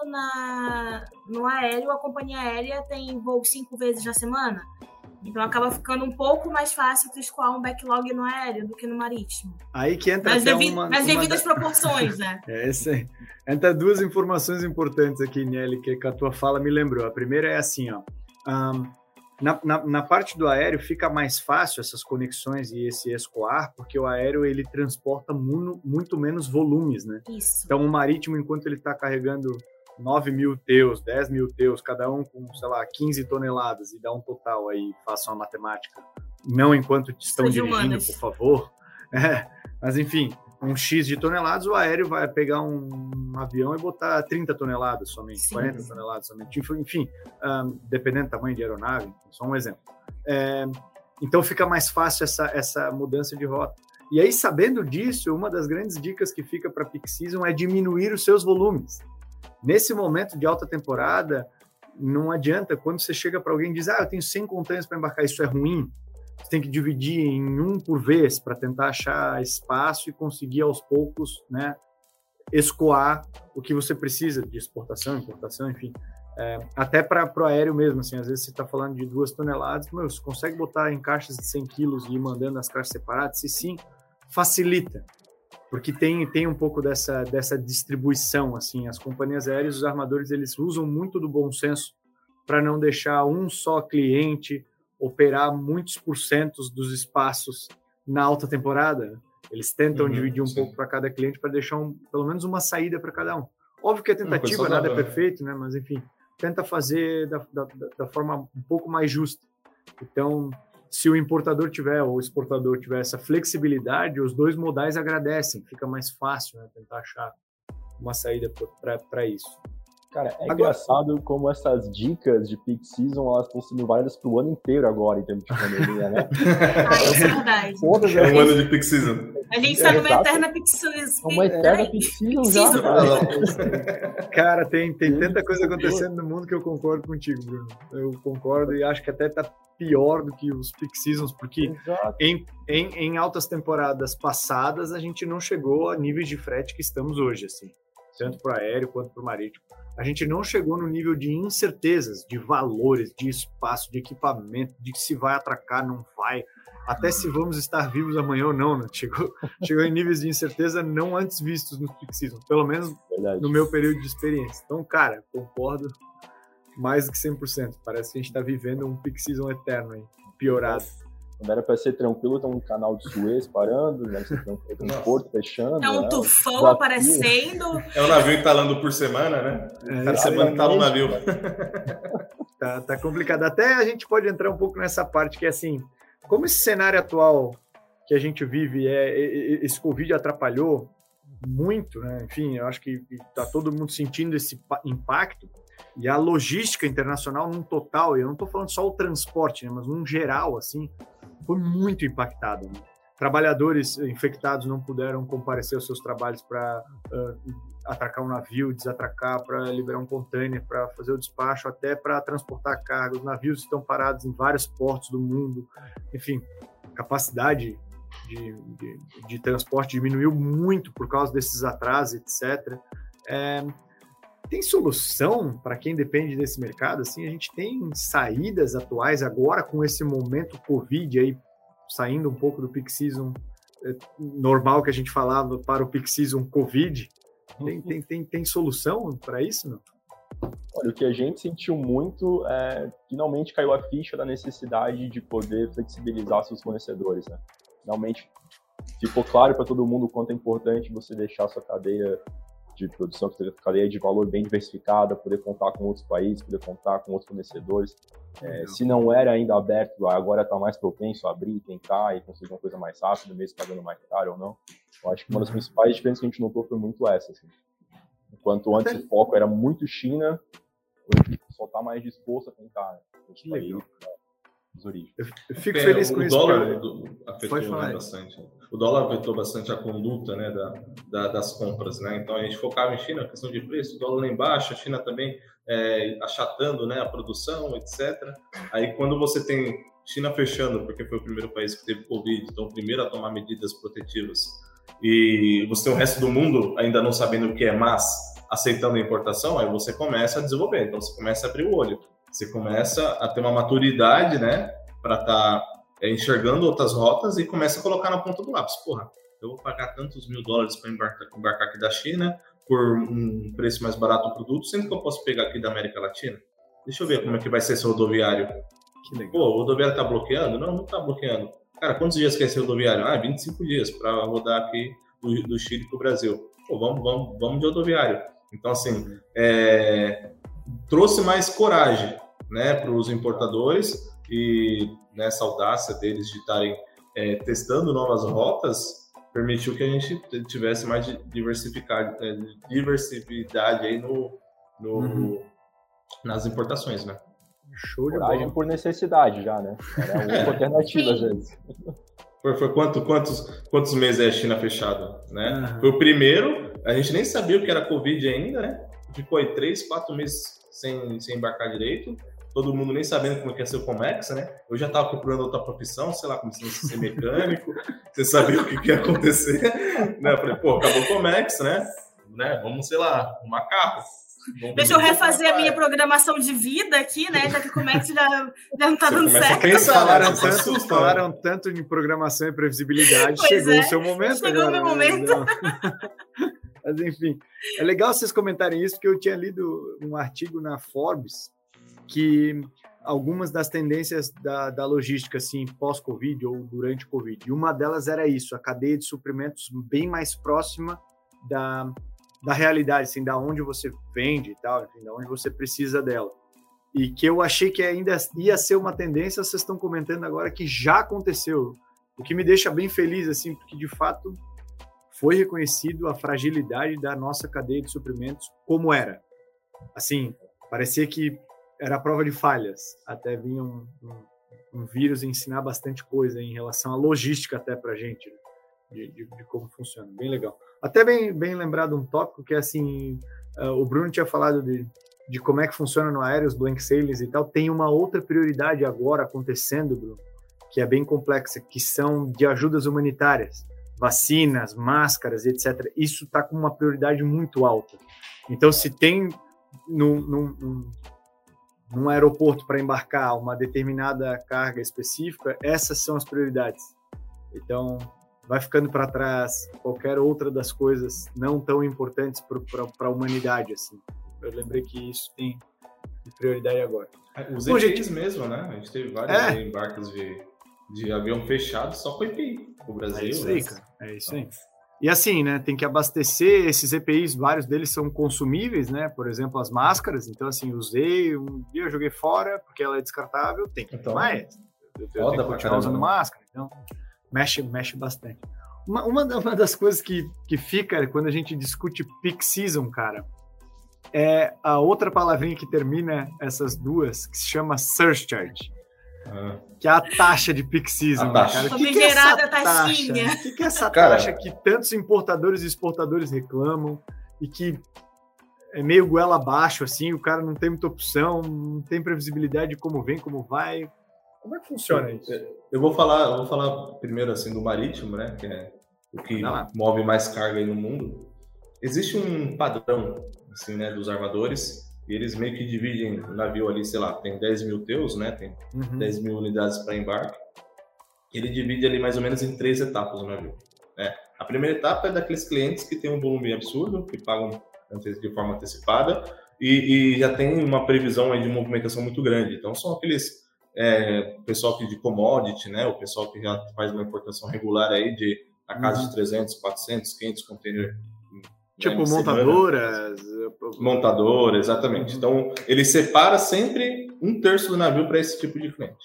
[SPEAKER 2] na, no aéreo, a companhia aérea tem voo cinco vezes na semana. Então, acaba ficando um pouco mais fácil de escoar um backlog no aéreo do que no marítimo.
[SPEAKER 4] Aí que entra
[SPEAKER 2] nas
[SPEAKER 4] até
[SPEAKER 2] devi-
[SPEAKER 4] uma...
[SPEAKER 2] Nas
[SPEAKER 4] uma
[SPEAKER 2] devidas
[SPEAKER 4] da...
[SPEAKER 2] proporções, né?
[SPEAKER 4] É isso aí. Entra duas informações importantes aqui, Nelly, que a tua fala me lembrou. A primeira é assim, ó. Um, na, na, na parte do aéreo fica mais fácil essas conexões e esse escoar, porque o aéreo ele transporta muito, muito menos volumes, né?
[SPEAKER 2] Isso.
[SPEAKER 4] Então o marítimo, enquanto ele está carregando nove mil teus, dez mil teus, cada um com, sei lá, quinze toneladas, e dá um total aí, façam a matemática, não enquanto estão
[SPEAKER 2] São
[SPEAKER 4] dirigindo,
[SPEAKER 2] humanas.
[SPEAKER 4] por favor, é, mas enfim, um X de toneladas, o aéreo vai pegar um, um avião e botar trinta toneladas somente,
[SPEAKER 2] Sim.
[SPEAKER 4] quarenta toneladas somente, enfim, um, dependendo do tamanho de aeronave, só um exemplo. É, então fica mais fácil essa, essa mudança de rota. E aí, sabendo disso, uma das grandes dicas que fica para peak season é diminuir os seus volumes. Nesse momento de alta temporada, não adianta, quando você chega para alguém e diz, ah, eu tenho cem contêineres para embarcar, isso é ruim. Você tem que dividir em um por vez para tentar achar espaço e conseguir aos poucos, né, escoar o que você precisa de exportação, importação, enfim. É, até para o aéreo mesmo, assim, às vezes você está falando de duas toneladas, meu, você consegue botar em caixas de cem quilos e ir mandando as caixas separadas? Se sim, facilita, porque tem, tem um pouco dessa, dessa distribuição, assim, as companhias aéreas, os armadores, eles usam muito do bom senso para não deixar um só cliente operar muitos porcentos dos espaços na alta temporada. Eles tentam uhum, dividir um sim. pouco para cada cliente para deixar um, pelo menos uma saída para cada um. Óbvio que a tentativa, nada é perfeito, né? Mas enfim, tenta fazer da, da, da forma um pouco mais justa. Então, se o importador tiver ou o exportador tiver essa flexibilidade, os dois modais agradecem, fica mais fácil, né, tentar achar uma saída para isso.
[SPEAKER 1] Cara, é agora, engraçado como essas dicas de peak season, elas estão sendo válidas para o ano inteiro agora, em termos de pandemia, né?
[SPEAKER 2] Ah, isso é verdade.
[SPEAKER 3] Todas é um ano de peak season.
[SPEAKER 2] A gente está é, numa exato. eterna peak season.
[SPEAKER 1] Uma eterna peak season já. Cara,
[SPEAKER 4] cara tem, tem tanta coisa acontecendo no mundo que eu concordo contigo, Bruno. Eu concordo e acho que até está pior do que os peak seasons, porque em, em, em altas temporadas passadas a gente não chegou a níveis de frete que estamos hoje, assim, tanto para o aéreo quanto para o marítimo. A gente não chegou no nível de incertezas, de valores, de espaço, de equipamento, de se vai atracar, não vai, até se vamos estar vivos amanhã ou não, né? Chegou, chegou em níveis de incerteza não antes vistos no peak season, pelo menos Verdade. no meu período de experiência. Então, cara, concordo mais do que cem por cento. Parece que a gente está vivendo um peak season eterno aí, piorado.
[SPEAKER 1] Quando era para ser tranquilo, tem um canal de Suez parando, né? Você tem um, um porto fechando.
[SPEAKER 2] É um
[SPEAKER 1] né?
[SPEAKER 2] tufão
[SPEAKER 1] Desafio.
[SPEAKER 2] aparecendo.
[SPEAKER 3] É um navio entalando por semana, né?
[SPEAKER 4] É,
[SPEAKER 3] Cada semana tá no navio.
[SPEAKER 4] Tá, tá complicado. Até a gente pode entrar um pouco nessa parte que é assim, como esse cenário atual que a gente vive, é, esse Covid atrapalhou muito, né? Enfim, eu acho que tá todo mundo sentindo esse impacto. E a logística internacional num total, eu não estou falando só o transporte, né, mas num geral, assim, foi muito impactada. Né? Trabalhadores infectados não puderam comparecer aos seus trabalhos para uh, atracar um navio, desatracar, para liberar um container, para fazer o despacho, até para transportar carga. Os navios estão parados em vários portos do mundo. Enfim, capacidade de, de, de transporte diminuiu muito por causa desses atrasos, etcétera. É, tem solução para quem depende desse mercado? Assim, a gente tem saídas atuais agora com esse momento Covid aí, saindo um pouco do peak season normal que a gente falava para o peak season Covid. Tem, tem, tem, tem solução para isso, não?
[SPEAKER 1] Olha, o que a gente sentiu muito é finalmente caiu a ficha da necessidade de poder flexibilizar seus fornecedores, né? Finalmente ficou claro para todo mundo o quanto é importante você deixar sua cadeia de produção, sua cadeia de valor bem diversificada, poder contar com outros países, poder contar com outros fornecedores. É, se não era ainda aberto, agora está mais propenso a abrir, tentar e conseguir uma coisa mais rápida, mesmo pagando mais caro ou não. Eu acho que uma das principais diferenças que a gente notou foi muito essa. Assim. Enquanto antes o foco era muito China, hoje a gente só está mais disposto a tentar outros países, né, as origens.
[SPEAKER 4] Eu, eu fico
[SPEAKER 3] é,
[SPEAKER 4] feliz
[SPEAKER 3] o
[SPEAKER 4] com isso.
[SPEAKER 3] O dólar
[SPEAKER 4] cara.
[SPEAKER 3] do, afetou bastante. O dólar afetou bastante a conduta, né, da, da, das compras, né? Então a gente focava em China, questão de preço, o dólar lá embaixo, a China também é, achatando, né, a produção, etcétera. Aí quando você tem China fechando, porque foi o primeiro país que teve Covid, então o primeiro a tomar medidas protetivas, e você tem o resto do mundo ainda não sabendo o que é mas aceitando a importação, aí você começa a desenvolver, então você começa a abrir o olho, você começa a ter uma maturidade, né, para estar tá, é, enxergando outras rotas e começa a colocar na ponta do lápis. Porra, eu vou pagar tantos mil dólares para embarcar, embarcar aqui da China por um preço mais barato do produto, sendo que eu posso pegar aqui da América Latina. Deixa eu ver como é que vai ser esse rodoviário.
[SPEAKER 4] Que legal.
[SPEAKER 3] Pô, o rodoviário tá bloqueando? Não, não tá bloqueando. Cara, quantos dias quer esse rodoviário? Ah, vinte e cinco dias para rodar aqui do, do Chile para o Brasil. Pô, vamos, vamos, vamos de rodoviário. Então, assim, é, trouxe mais coragem, né, para os importadores e nessa audácia deles de estarem é, testando novas rotas, permitiu que a gente tivesse mais diversificidade, é, diversidade aí no, no, uhum. nas importações, né?
[SPEAKER 4] Show de
[SPEAKER 1] coragem
[SPEAKER 4] bola.
[SPEAKER 1] Por necessidade já, né? Era uma é. alternativa às vezes.
[SPEAKER 3] Foi, foi quanto, quantos, quantos meses é a China fechada, né? Uhum. Foi o primeiro, a gente nem sabia o que era Covid ainda, né? Ficou aí três, quatro meses sem, sem embarcar direito, todo mundo nem sabendo como é que ia ser o Comex, né? Eu já estava procurando outra profissão, sei lá, começando a ser mecânico, você sabia o que, que ia acontecer, né? Eu falei, pô, acabou o Comex, né? né? Vamos, sei lá, um carro. Vamos
[SPEAKER 2] Deixa eu refazer a minha programação de vida aqui, né? Já que o Comex já, já não está dando certo.
[SPEAKER 4] Pensar, falaram, tanto, falaram tanto em programação e previsibilidade, pois chegou é. o seu momento.
[SPEAKER 2] Chegou
[SPEAKER 4] agora,
[SPEAKER 2] o meu momento.
[SPEAKER 4] Mas, enfim, é legal vocês comentarem isso, porque eu tinha lido um artigo na Forbes que algumas das tendências da, da logística, assim, pós-Covid ou durante o Covid, e uma delas era isso, a cadeia de suprimentos bem mais próxima da, da realidade, assim, da onde você vende e tal, enfim, da onde você precisa dela. E que eu achei que ainda ia ser uma tendência, vocês estão comentando agora que já aconteceu, o que me deixa bem feliz, assim, porque de fato foi reconhecido a fragilidade da nossa cadeia de suprimentos como era. Assim, parecia que era a prova de falhas, até vinha um, um, um vírus ensinar bastante coisa em relação à logística até para a gente, né? de, de, de como funciona, bem legal. Até bem, bem lembrado um tópico que é assim, uh, o Bruno tinha falado de, de como é que funciona no aéreo, os blank sailings e tal, tem uma outra prioridade agora acontecendo, Bruno, que é bem complexa, que são de ajudas humanitárias, vacinas, máscaras, etcétera. Isso está com uma prioridade muito alta. Então, se tem num, num, num aeroporto para embarcar uma determinada carga específica, essas são as prioridades. Então, vai ficando para trás qualquer outra das coisas não tão importantes para a humanidade. Assim. Eu lembrei que isso tem prioridade agora.
[SPEAKER 3] Os E P Is mesmo, né? A gente teve vários é. embarques de, de avião fechado só com E P I. O Brasil,
[SPEAKER 4] é isso aí, cara. É isso aí. E assim, né, tem que abastecer esses E P Is, vários deles são consumíveis, né, por exemplo, as máscaras, então assim, usei, um dia eu joguei fora, porque ela é descartável, tem que então, mais, eu, eu tenho que continuar usando máscara, então mexe, mexe bastante. Uma, uma, uma das coisas que, que fica quando a gente discute peak season, cara, é a outra palavrinha que termina essas duas, que se chama surcharge. Ah. Que é a taxa de peak season, né, cara? O que, que é essa taxa? O que, que é essa cara, taxa que tantos importadores e exportadores reclamam? e que é meio goela abaixo, assim, o cara não tem muita opção, não tem previsibilidade de como vem, como vai. Como é que funciona isso?
[SPEAKER 3] Eu vou falar, eu vou falar primeiro assim do marítimo, né, que é o que move mais carga aí no mundo. Existe um padrão, assim, né, dos armadores, e eles meio que dividem o navio ali, sei lá, tem dez mil teus, né, tem uhum. dez mil unidades para embarque. Ele divide ali mais ou menos em três etapas o navio, né? A primeira etapa é daqueles clientes que têm um volume absurdo, que pagam de forma antecipada e, e já tem uma previsão aí de movimentação muito grande. Então, são aqueles é, pessoal que de commodity, né? O pessoal que já faz uma importação regular aí de a casa uhum. de trezentos, quatrocentos, quinhentos containers.
[SPEAKER 4] Tipo né, montadoras.
[SPEAKER 3] Montadora, exatamente. Uhum. Então, ele separa sempre um terço do navio para esse tipo de cliente.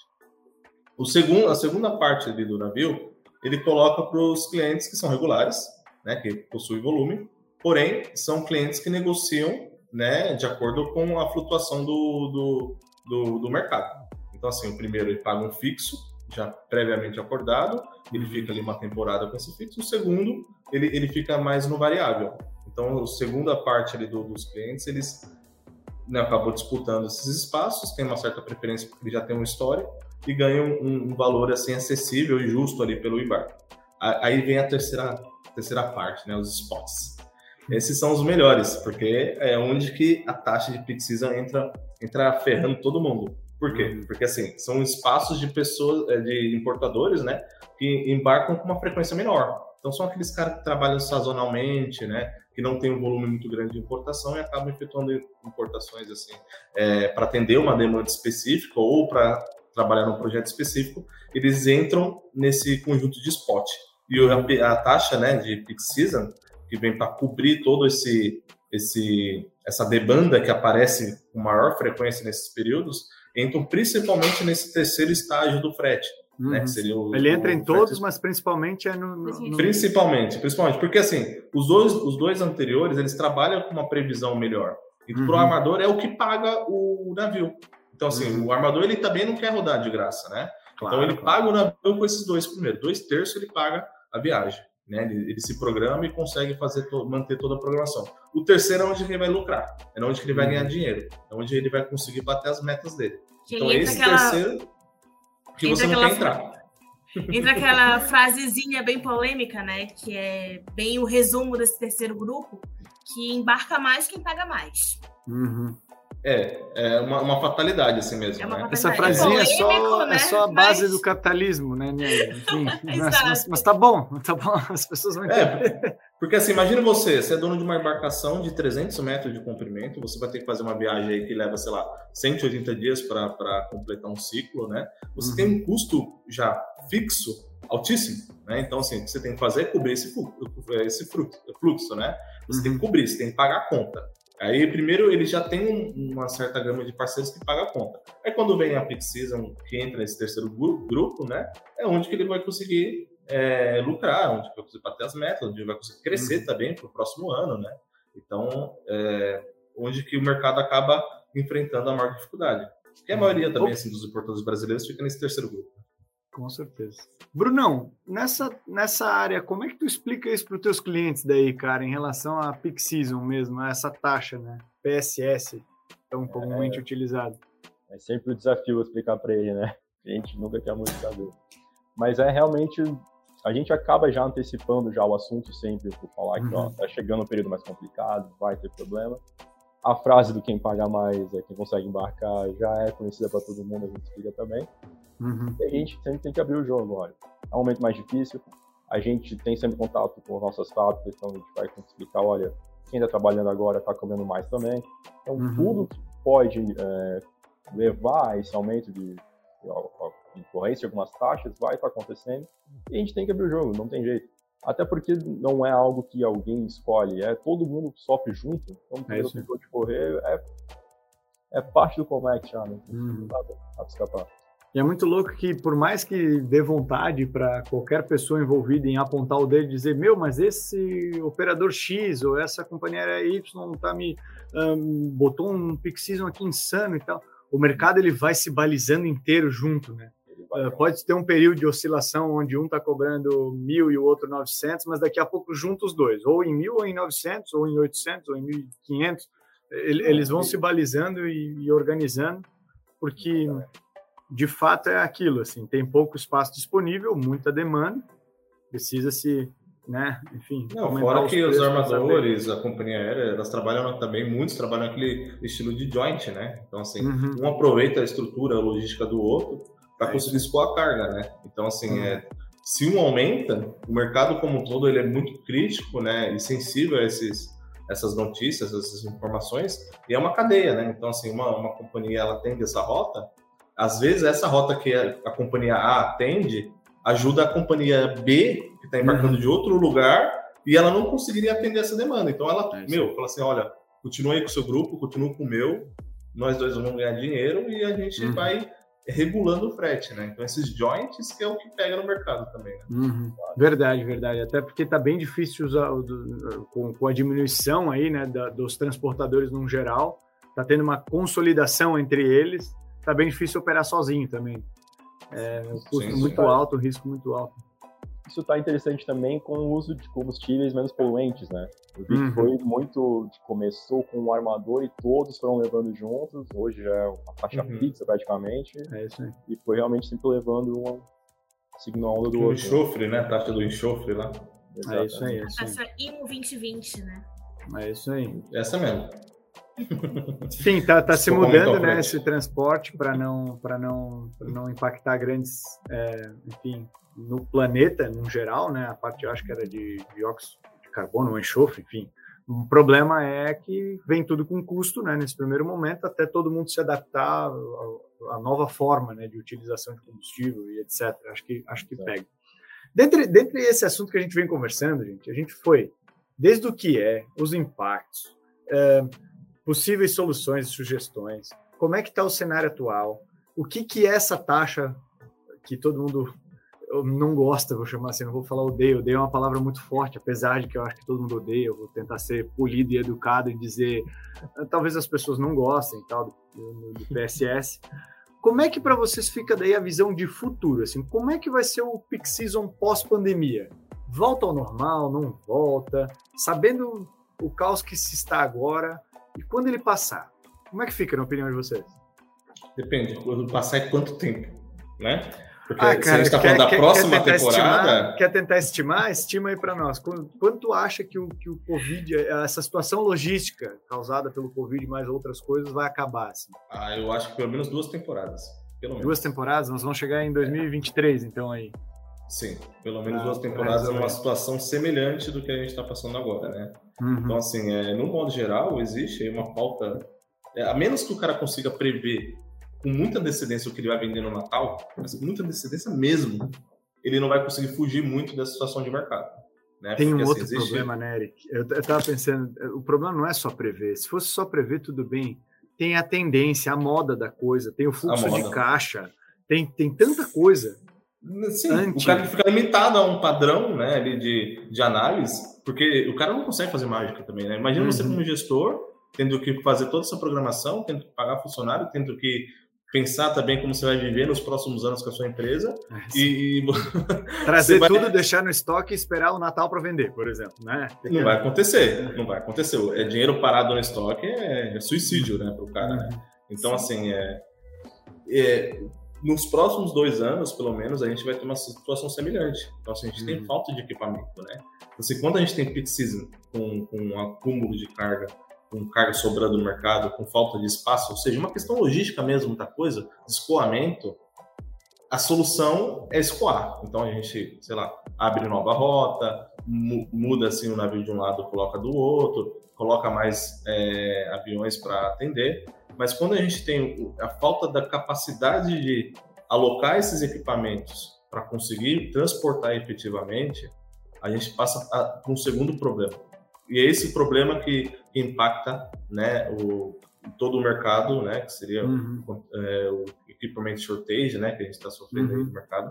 [SPEAKER 3] O segundo, a segunda parte ali do navio, ele coloca para os clientes que são regulares, né? Que possuem volume. Porém, são clientes que negociam, né, de acordo com a flutuação do, do, do, do mercado. Então, assim, o primeiro ele paga um fixo, já previamente acordado, ele fica ali uma temporada com esse fixo. O segundo, ele, ele fica mais no variável. Então, a segunda parte ali do, dos clientes, eles né, acabam disputando esses espaços, tem uma certa preferência porque ele já tem uma história e ganham um, um valor assim, acessível e justo ali pelo embarque. Aí vem a terceira, terceira parte, né, os spots. Esses são os melhores, porque é onde que a taxa de peak season entra, entra ferrando todo mundo. Por quê? Uhum. Porque, assim, são espaços de pessoas, de importadores, né, que embarcam com uma frequência menor. Então, são aqueles caras que trabalham sazonalmente, né, que não tem um volume muito grande de importação e acabam efetuando importações, assim, é, para atender uma demanda específica ou para trabalhar num projeto específico, eles entram nesse conjunto de spot. E a, a taxa, né, de peak season, que vem para cobrir todo esse, esse essa demanda que aparece com maior frequência nesses períodos, entram principalmente nesse terceiro estágio do frete. Uhum. Né, que seria o,
[SPEAKER 4] Ele entra
[SPEAKER 3] o
[SPEAKER 4] em todos, frete... mas principalmente é no, no...
[SPEAKER 3] Principalmente, principalmente, porque assim, os dois, os dois anteriores, eles trabalham com uma previsão melhor. E uhum. para o armador é o que paga o navio. Então assim, uhum. o armador ele também não quer rodar de graça, né? Claro, então ele claro. paga o navio com esses dois primeiro. Dois terços ele paga a viagem. Né? Ele, ele se programa e consegue fazer to, manter toda a programação. O terceiro é onde ele vai lucrar, é onde ele vai uhum. ganhar dinheiro, é onde ele vai conseguir bater as metas dele.
[SPEAKER 2] Que
[SPEAKER 3] então esse
[SPEAKER 2] aquela...
[SPEAKER 3] terceiro que você não quer entrar.
[SPEAKER 2] Entra aquela frasezinha bem polêmica, né? Que é bem o resumo desse terceiro grupo, que embarca mais quem paga mais.
[SPEAKER 4] Uhum.
[SPEAKER 3] É, é uma, uma fatalidade assim mesmo. É né?
[SPEAKER 4] Essa frasinha é, polêmico, é, só, né? é só a base mas... do capitalismo, né? Enfim, mas, mas, mas tá bom, tá bom, as pessoas vão entender.
[SPEAKER 3] É, porque assim, imagina você, você é dono de uma embarcação de trezentos metros de comprimento, você vai ter que fazer uma viagem aí que leva, sei lá, cento e oitenta dias para completar um ciclo, né? Você uhum. tem um custo já fixo altíssimo, né? Então, assim, você tem que fazer é cobrir esse fluxo, esse fluxo, né? Você uhum. tem que cobrir, você tem que pagar a conta. Aí, primeiro, ele já tem uma certa gama de parceiros que paga a conta. Aí, quando vem a peak season, que entra nesse terceiro grupo, né, é onde que ele vai conseguir é, lucrar, onde vai conseguir bater as metas, onde ele vai conseguir crescer uhum. também para o próximo ano, né? Então, é, onde que o mercado acaba enfrentando a maior dificuldade. E a maioria também assim, dos importadores brasileiros fica nesse terceiro grupo.
[SPEAKER 4] Com certeza. Brunão, nessa, nessa área, como é que tu explica isso para os teus clientes daí, cara, em relação à peak season mesmo, a essa taxa, né? P S S, tão comumente é, utilizado.
[SPEAKER 1] É sempre o desafio explicar para ele, né? A gente nunca quer muito saber. Mas é realmente, a gente acaba já antecipando já o assunto sempre, por falar uhum. que ó, tá chegando um período mais complicado, vai ter problema. A frase do quem paga mais é quem consegue embarcar já é conhecida para todo mundo, a gente explica também. Uhum. E a gente sempre tem que abrir o jogo, olha. É um momento mais difícil, a gente tem sempre contato com nossas fábricas, então a gente vai explicar, olha, quem está trabalhando agora está comendo mais também. Então, uhum. tudo que pode é, levar a esse aumento de, de incorrência de algumas taxas vai estar acontecendo e a gente tem que abrir o jogo, não tem jeito. Até porque não é algo que alguém escolhe, é todo mundo que sofre junto. Então, o é setor de correr é, é parte do Comex já, né? Uhum. Não dá pra escapar.
[SPEAKER 4] E é muito louco que, por mais que dê vontade para qualquer pessoa envolvida em apontar o dedo e dizer, meu, mas esse operador X ou essa companhia aérea Y tá me, um, botou um peak season aqui insano e tal, o mercado ele vai se balizando inteiro junto, né? pode ter um período de oscilação onde um está cobrando mil e o outro novecentos, mas daqui a pouco junta os dois, ou em mil, ou em novecentos, ou em oitocentos, ou em mil e quinhentos. Eles vão se balizando e, e organizando, porque de fato é aquilo, assim, tem pouco espaço disponível, muita demanda, precisa se, né, enfim...
[SPEAKER 3] Não, fora os que os armadores, a companhia aérea, elas trabalham também, muitos trabalham naquele estilo de joint, né? Então, assim, uhum. um aproveita a estrutura, a logística do outro para é conseguir escoar a carga, né? Então, assim, uhum. é, se um aumenta, o mercado como um todo ele é muito crítico, né, e sensível a esses, essas notícias, essas informações, e é uma cadeia, né? Então, assim, uma, uma companhia, ela atende essa rota, às vezes essa rota que a, a companhia A atende ajuda a companhia B, que está embarcando uhum. de outro lugar, e ela não conseguiria atender essa demanda. Então ela, é meu, fala assim, olha, continua aí com o seu grupo, continua com o meu, nós dois vamos ganhar dinheiro e a gente uhum. vai regulando o frete, né? Então esses joints que é o que pega no mercado também, né?
[SPEAKER 4] Uhum. Verdade, verdade. Até porque está bem difícil usar, com, com a diminuição aí, né, da, dos transportadores no geral, está tendo uma consolidação entre eles, está bem difícil operar sozinho também. É, o custo sim, muito sim. alto, o risco muito alto.
[SPEAKER 1] Isso está interessante também com o uso de combustíveis menos poluentes, né? Eu vi
[SPEAKER 4] uhum.
[SPEAKER 1] que foi muito... Começou com o armador e todos foram levando juntos. Hoje já é uma faixa uhum. fixa praticamente.
[SPEAKER 4] É isso aí.
[SPEAKER 1] E foi realmente sempre levando uma... seguindo a onda do
[SPEAKER 3] o
[SPEAKER 1] outro.
[SPEAKER 3] O enxofre, né? A taxa do enxofre lá.
[SPEAKER 4] Exatamente. É isso aí. É isso aí.
[SPEAKER 2] A taxa I M U vinte vinte, né?
[SPEAKER 4] É isso aí.
[SPEAKER 3] Essa mesmo.
[SPEAKER 4] Sim, tá, tá se mudando, né, esse transporte para não, para não, para não impactar grandes, é, enfim, no planeta, no geral, né, a parte, eu acho que era de dióxido de carbono, ou enxofre, enfim. O problema é que vem tudo com custo, né, nesse primeiro momento, até todo mundo se adaptar à nova forma, né, de utilização de combustível e etcétera. Acho que, acho que pega. Dentre, dentre esse assunto que a gente vem conversando, gente, a gente foi desde o que é, os impactos, é, possíveis soluções e sugestões, como é que está o cenário atual, o que, que é essa taxa que todo mundo não gosta, vou chamar assim, não vou falar odeio, odeio é uma palavra muito forte, apesar de que eu acho que todo mundo odeia, eu vou tentar ser polido e educado e dizer, talvez as pessoas não gostem tal, do, do P S S. Como é que para vocês fica daí a visão de futuro? Assim, como é que vai ser o peak season pós-pandemia? Volta ao normal, não volta? Sabendo o caos que se está agora, e quando ele passar, como é que fica, na opinião de vocês?
[SPEAKER 3] Depende, quando passar é quanto tempo, né? Porque
[SPEAKER 4] ah, cara,
[SPEAKER 3] se a gente está falando da
[SPEAKER 4] quer,
[SPEAKER 3] próxima
[SPEAKER 4] quer
[SPEAKER 3] temporada...
[SPEAKER 4] Estimar, quer tentar estimar? Estima aí para nós. Quanto acha que o, que o Covid, essa situação logística causada pelo Covid mais outras coisas vai acabar? Assim?
[SPEAKER 3] Ah, eu acho que pelo menos duas temporadas. Pelo menos.
[SPEAKER 4] Duas temporadas? Nós vamos chegar em dois mil e vinte e três, então, aí.
[SPEAKER 3] Sim, pelo menos ah, duas temporadas numa situação semelhante do que a gente está passando agora, né? Uhum. Então, assim, é, no modo geral, existe uma falta... É, a menos que o cara consiga prever com muita antecedência o que ele vai vender no Natal, mas muita antecedência mesmo, ele não vai conseguir fugir muito dessa situação de mercado. Né?
[SPEAKER 4] Tem
[SPEAKER 3] Porque,
[SPEAKER 4] um
[SPEAKER 3] assim,
[SPEAKER 4] outro
[SPEAKER 3] existe...
[SPEAKER 4] problema, né, Eric? Eu estava pensando, o problema não é só prever. Se fosse só prever, tudo bem. Tem a tendência, a moda da coisa, tem o fluxo de caixa, tem, tem tanta coisa.
[SPEAKER 3] Sim, Antes. O cara fica limitado a um padrão, né, ali de, de análise, porque o cara não consegue fazer mágica também, né? Imagina uhum. você como gestor, tendo que fazer toda essa programação, tendo que pagar funcionário, tendo que pensar também como você vai viver nos próximos anos com a sua empresa.
[SPEAKER 4] É,
[SPEAKER 3] e
[SPEAKER 4] trazer vai... tudo, deixar no estoque e esperar o Natal para vender, por exemplo, né?
[SPEAKER 3] Não vai acontecer, não vai acontecer. É dinheiro parado no estoque, é, é suicídio, né, para o cara, né? Então, assim, é, é, nos próximos dois anos, pelo menos, a gente vai ter uma situação semelhante. Então, assim, a gente uhum. tem falta de equipamento, né? Então, assim, quando a gente tem peak season com, com um acúmulo de carga, com carga sobrando no mercado, com falta de espaço, ou seja, uma questão logística mesmo da coisa, de escoamento, a solução é escoar. Então a gente, sei lá, abre nova rota, muda assim o navio de um lado, coloca do outro, coloca mais é, aviões para atender, mas quando a gente tem a falta da capacidade de alocar esses equipamentos para conseguir transportar efetivamente, a gente passa por um segundo problema. E é esse problema que, que impacta, né, o, todo o mercado, né, que seria uhum. é, o equipamento shortage, né, que a gente está sofrendo uhum. aí no mercado,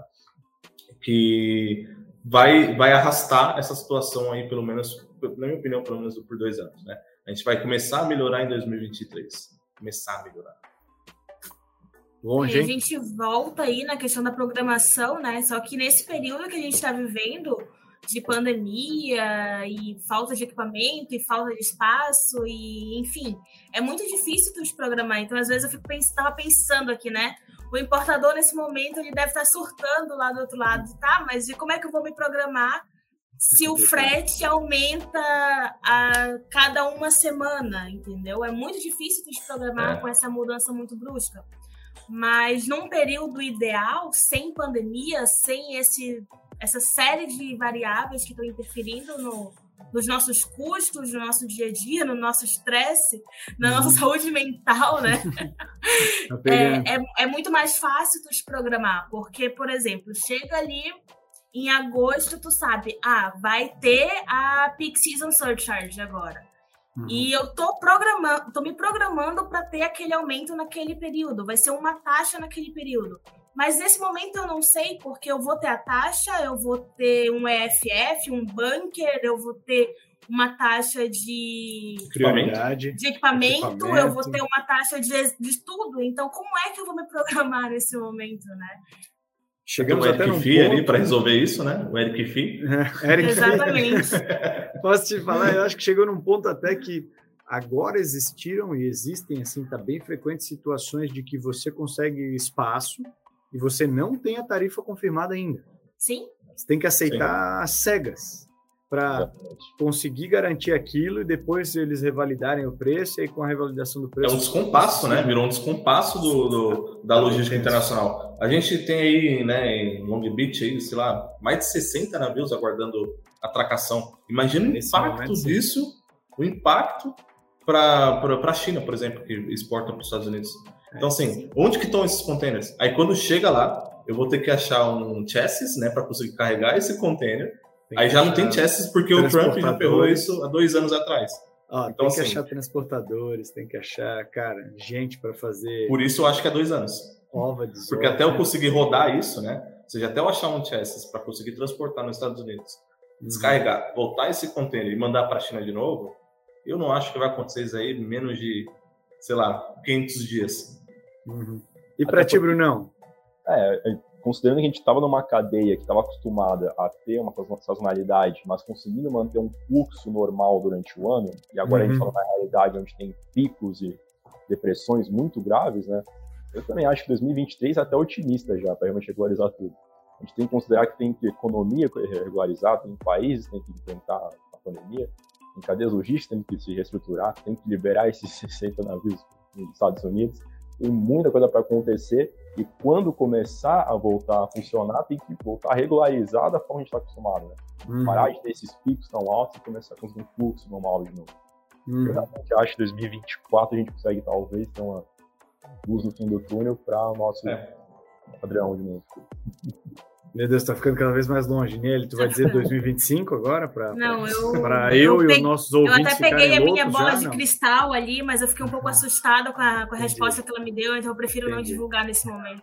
[SPEAKER 3] que vai, vai arrastar essa situação aí, pelo menos, na minha opinião, pelo menos por dois anos. Né? A gente vai começar a melhorar em dois mil e vinte e três. Começar a melhorar.
[SPEAKER 4] Longe,
[SPEAKER 2] e a gente volta aí na questão da programação, né? Só que nesse período que a gente está vivendo, de pandemia e falta de equipamento e falta de espaço e, enfim, é muito difícil tu te programar. Então, às vezes, eu fico pens- tava pensando aqui, né? O importador, nesse momento, ele deve estar surtando lá do outro lado. Tá, mas e como é que eu vou me programar se o frete aumenta a cada uma semana, entendeu? É muito difícil tu te programar
[SPEAKER 3] É.
[SPEAKER 2] com essa mudança muito brusca. Mas num período ideal, sem pandemia, sem esse, essa série de variáveis que estão interferindo no, nos nossos custos, no nosso dia a dia, no nosso estresse, na nossa
[SPEAKER 4] Uhum.
[SPEAKER 2] saúde mental, né?
[SPEAKER 4] Tá pegando.
[SPEAKER 2] É, é, é muito mais fácil tu te programar, porque, por exemplo, chega ali em agosto, tu sabe, ah, vai ter a Peak Season Surcharge agora.
[SPEAKER 4] Uhum.
[SPEAKER 2] E eu tô programando, tô me programando para ter aquele aumento naquele período. Vai ser uma taxa naquele período. Mas nesse momento eu não sei, porque eu vou ter a taxa, eu vou ter um E F F, um bunker, eu vou ter uma taxa de,
[SPEAKER 4] Prioridade.
[SPEAKER 2] de equipamento,
[SPEAKER 4] Equipamento.
[SPEAKER 2] eu vou ter uma taxa de, de tudo. Então, como é que eu vou me programar nesse momento, né?
[SPEAKER 4] Chegamos
[SPEAKER 3] Tem o
[SPEAKER 4] até
[SPEAKER 3] Eric
[SPEAKER 4] num
[SPEAKER 3] Fee ali
[SPEAKER 4] ponto...
[SPEAKER 3] para resolver isso, né? O Eric Fee.
[SPEAKER 4] Eric,
[SPEAKER 2] Exatamente.
[SPEAKER 4] posso te falar, eu acho que chegou num ponto até que agora existiram e existem, assim, tá bem frequentes situações de que você consegue espaço e você não tem a tarifa confirmada ainda.
[SPEAKER 2] Sim?
[SPEAKER 4] Você tem que aceitar as cegas para
[SPEAKER 1] Exatamente.
[SPEAKER 4] conseguir garantir aquilo e depois eles revalidarem o preço e aí com a revalidação do
[SPEAKER 3] É
[SPEAKER 4] preço...
[SPEAKER 3] um descompasso, né? Virou um descompasso do, do- da logística internacional. A gente tem aí, né, em Long Beach, aí, sei lá, mais de sessenta navios aguardando atracação. Imagina o
[SPEAKER 4] Nesse
[SPEAKER 3] impacto
[SPEAKER 4] momento, sim.
[SPEAKER 3] disso, o impacto para a China, por exemplo, que exporta para os Estados Unidos. Então, assim,
[SPEAKER 2] Sim.
[SPEAKER 3] onde que estão esses containers? Aí, quando chega lá, eu vou ter que achar um chassis, né, para conseguir carregar esse container.
[SPEAKER 4] Tem
[SPEAKER 3] Aí
[SPEAKER 4] que
[SPEAKER 3] já não
[SPEAKER 4] achar
[SPEAKER 3] tem chassis porque o Trump já ferrou
[SPEAKER 4] transportadores.
[SPEAKER 3] isso há dois anos atrás.
[SPEAKER 4] Ó,
[SPEAKER 3] Então,
[SPEAKER 4] tem que
[SPEAKER 3] assim-
[SPEAKER 4] achar transportadores, tem que achar, cara, gente para fazer
[SPEAKER 3] Por isso eu acho que é dois anos.
[SPEAKER 4] ova de
[SPEAKER 3] Porque
[SPEAKER 4] soja.
[SPEAKER 3] até eu conseguir rodar isso, né? Ou seja, até eu achar um chassis para conseguir transportar nos Estados Unidos,
[SPEAKER 4] Uhum.
[SPEAKER 3] descarregar, voltar esse container e mandar para a China de novo, eu não acho que vai acontecer isso aí em menos de, sei lá, quinhentos dias.
[SPEAKER 4] Uhum. E para
[SPEAKER 1] Até
[SPEAKER 4] ti,
[SPEAKER 1] porque-
[SPEAKER 4] Brunão?
[SPEAKER 1] É, considerando que a gente estava numa cadeia que estava acostumada a ter uma sazonalidade, mas conseguindo manter um fluxo normal durante o ano, e agora a gente
[SPEAKER 4] Uhum.
[SPEAKER 1] está numa realidade onde tem picos e depressões muito graves, né? Eu também acho que dois mil e vinte e três é até otimista já, para realmente regularizar tudo. A gente tem que considerar que tem que economia regularizar, tem países que tem que enfrentar a pandemia, tem cadeias logísticas tem que se reestruturar, tem que liberar esses sessenta navios nos Estados Unidos, tem muita coisa para acontecer, e quando começar a voltar a funcionar, tem que voltar a regularizar da forma que a gente está acostumado, né?
[SPEAKER 4] Uhum.
[SPEAKER 1] Parar de ter esses picos tão altos e começar a conseguir um fluxo normal de novo. Eu
[SPEAKER 4] Uhum.
[SPEAKER 1] realmente acho que dois mil e vinte e quatro a gente consegue talvez ter uma luz no fim do túnel para o nosso
[SPEAKER 3] É.
[SPEAKER 1] padrão de novo.
[SPEAKER 4] Meu Deus, tá ficando cada vez mais longe nele. Tu vai dizer dois mil e vinte e cinco agora? Pra,
[SPEAKER 2] Não, eu-
[SPEAKER 4] Para
[SPEAKER 2] eu
[SPEAKER 4] eu, e
[SPEAKER 2] peguei-
[SPEAKER 4] os nossos
[SPEAKER 2] Eu
[SPEAKER 4] ouvintes
[SPEAKER 2] até peguei
[SPEAKER 4] ficarem
[SPEAKER 2] a minha
[SPEAKER 4] loucos
[SPEAKER 2] bola
[SPEAKER 4] já,
[SPEAKER 2] de
[SPEAKER 4] não?
[SPEAKER 2] cristal ali, mas eu fiquei um pouco assustada com a, com a
[SPEAKER 4] Entendi.
[SPEAKER 2] resposta que ela me deu, então eu prefiro não
[SPEAKER 4] Entendi.
[SPEAKER 2] divulgar nesse momento.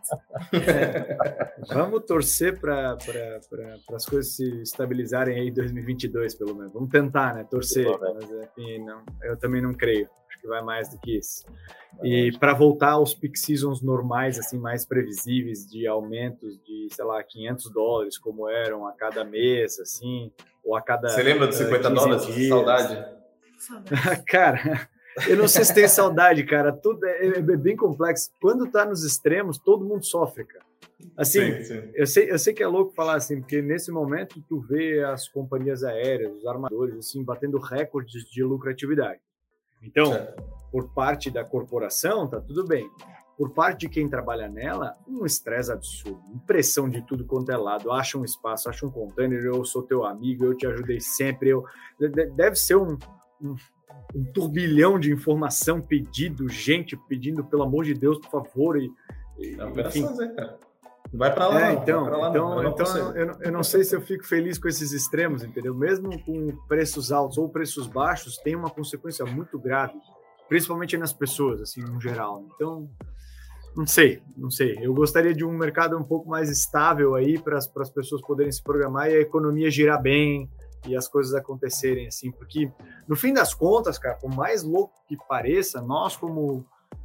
[SPEAKER 4] Vamos torcer para pra, pra, as coisas se estabilizarem aí em dois mil e vinte e dois, pelo menos. Vamos tentar, né? Torcer. Mas, enfim, não, eu também não creio. Acho que vai mais do que isso. E para voltar aos peak seasons normais, assim, mais previsíveis, de aumentos de, sei lá, quinhentos dólares, como eram a cada mês, assim, ou a cada.
[SPEAKER 3] Você lembra dos
[SPEAKER 4] eh,
[SPEAKER 3] cinquenta
[SPEAKER 4] quinze
[SPEAKER 3] dólares?
[SPEAKER 4] dias.
[SPEAKER 3] Saudade.
[SPEAKER 2] Saudades.
[SPEAKER 4] Cara, eu não sei se tem saudade, cara. Tudo é, é bem complexo. Quando tá nos extremos, todo mundo sofre, cara. Assim,
[SPEAKER 3] Sim, sim.
[SPEAKER 4] eu sei, eu sei que é louco falar assim, porque nesse momento tu vê as companhias aéreas, os armadores, assim, batendo recordes de lucratividade. Então,
[SPEAKER 3] Certo.
[SPEAKER 4] por parte da corporação, tá tudo bem. Por parte de quem trabalha nela, um estresse absurdo, impressão de tudo quanto é lado, acha um espaço, acha um container, eu sou teu amigo, eu te ajudei sempre, eu... deve ser um, um, um turbilhão de informação pedido, gente pedindo, pelo amor de Deus, por favor, e, e
[SPEAKER 3] É
[SPEAKER 4] enfim.
[SPEAKER 3] operações, né, cara? Não vai pra lá,
[SPEAKER 4] É,
[SPEAKER 3] não.
[SPEAKER 4] então,
[SPEAKER 3] vai pra lá,
[SPEAKER 4] então,
[SPEAKER 3] não. Eu não
[SPEAKER 4] então
[SPEAKER 3] consigo.
[SPEAKER 4] eu, não- eu não sei se eu fico feliz com esses extremos, entendeu? Mesmo com preços altos ou preços baixos, tem uma consequência muito grave, principalmente nas pessoas, assim, no geral. Então, não sei, não sei. Eu gostaria de um mercado um pouco mais estável aí para as pessoas poderem se programar e a economia girar bem e as coisas acontecerem assim, porque no fim das contas, cara, por mais louco que pareça, nós como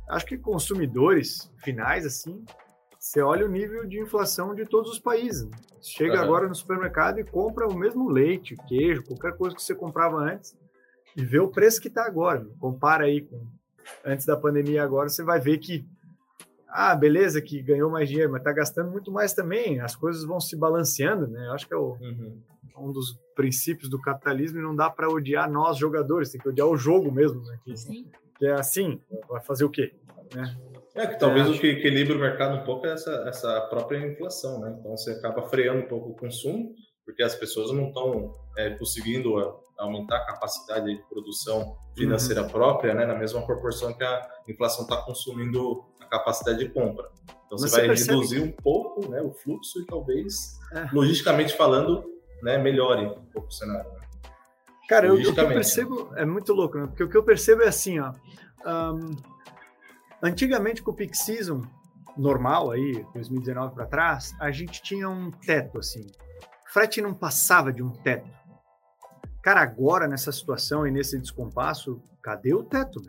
[SPEAKER 4] acho que consumidores finais, assim, você olha o nível de inflação de todos os países. Né? Chega uhum. agora no supermercado e compra o mesmo leite, queijo, qualquer coisa que você comprava antes e vê o preço que está agora. Né? Compara aí com antes da pandemia agora, você vai ver que ah, beleza, que ganhou mais dinheiro, mas está gastando muito mais também. As coisas vão se balanceando, né? Eu acho que é o, uhum. um dos princípios do capitalismo e não dá para odiar nós jogadores, tem que odiar o jogo mesmo, né? Que, que é assim, vai fazer o quê? Né?
[SPEAKER 3] É que talvez é, o que equilibre o mercado um pouco é essa, essa própria inflação, né? Então você acaba freando um pouco o consumo, porque as pessoas não estão é, conseguindo aumentar a capacidade de produção financeira uhum. própria, né? Na mesma proporção que a inflação está consumindo a capacidade de compra. Então você, você vai reduzir que... um pouco, né, o fluxo e talvez, é. logisticamente falando, né, melhore um pouco o cenário. Né?
[SPEAKER 4] Cara, eu, o que eu percebo é muito louco, né? Porque o que eu percebo é assim, ó. Um, antigamente com o peak season normal aí, dois mil e dezenove para trás, a gente tinha um teto assim. O frete não passava de um teto. Cara, agora nessa situação e nesse descompasso, cadê o teto,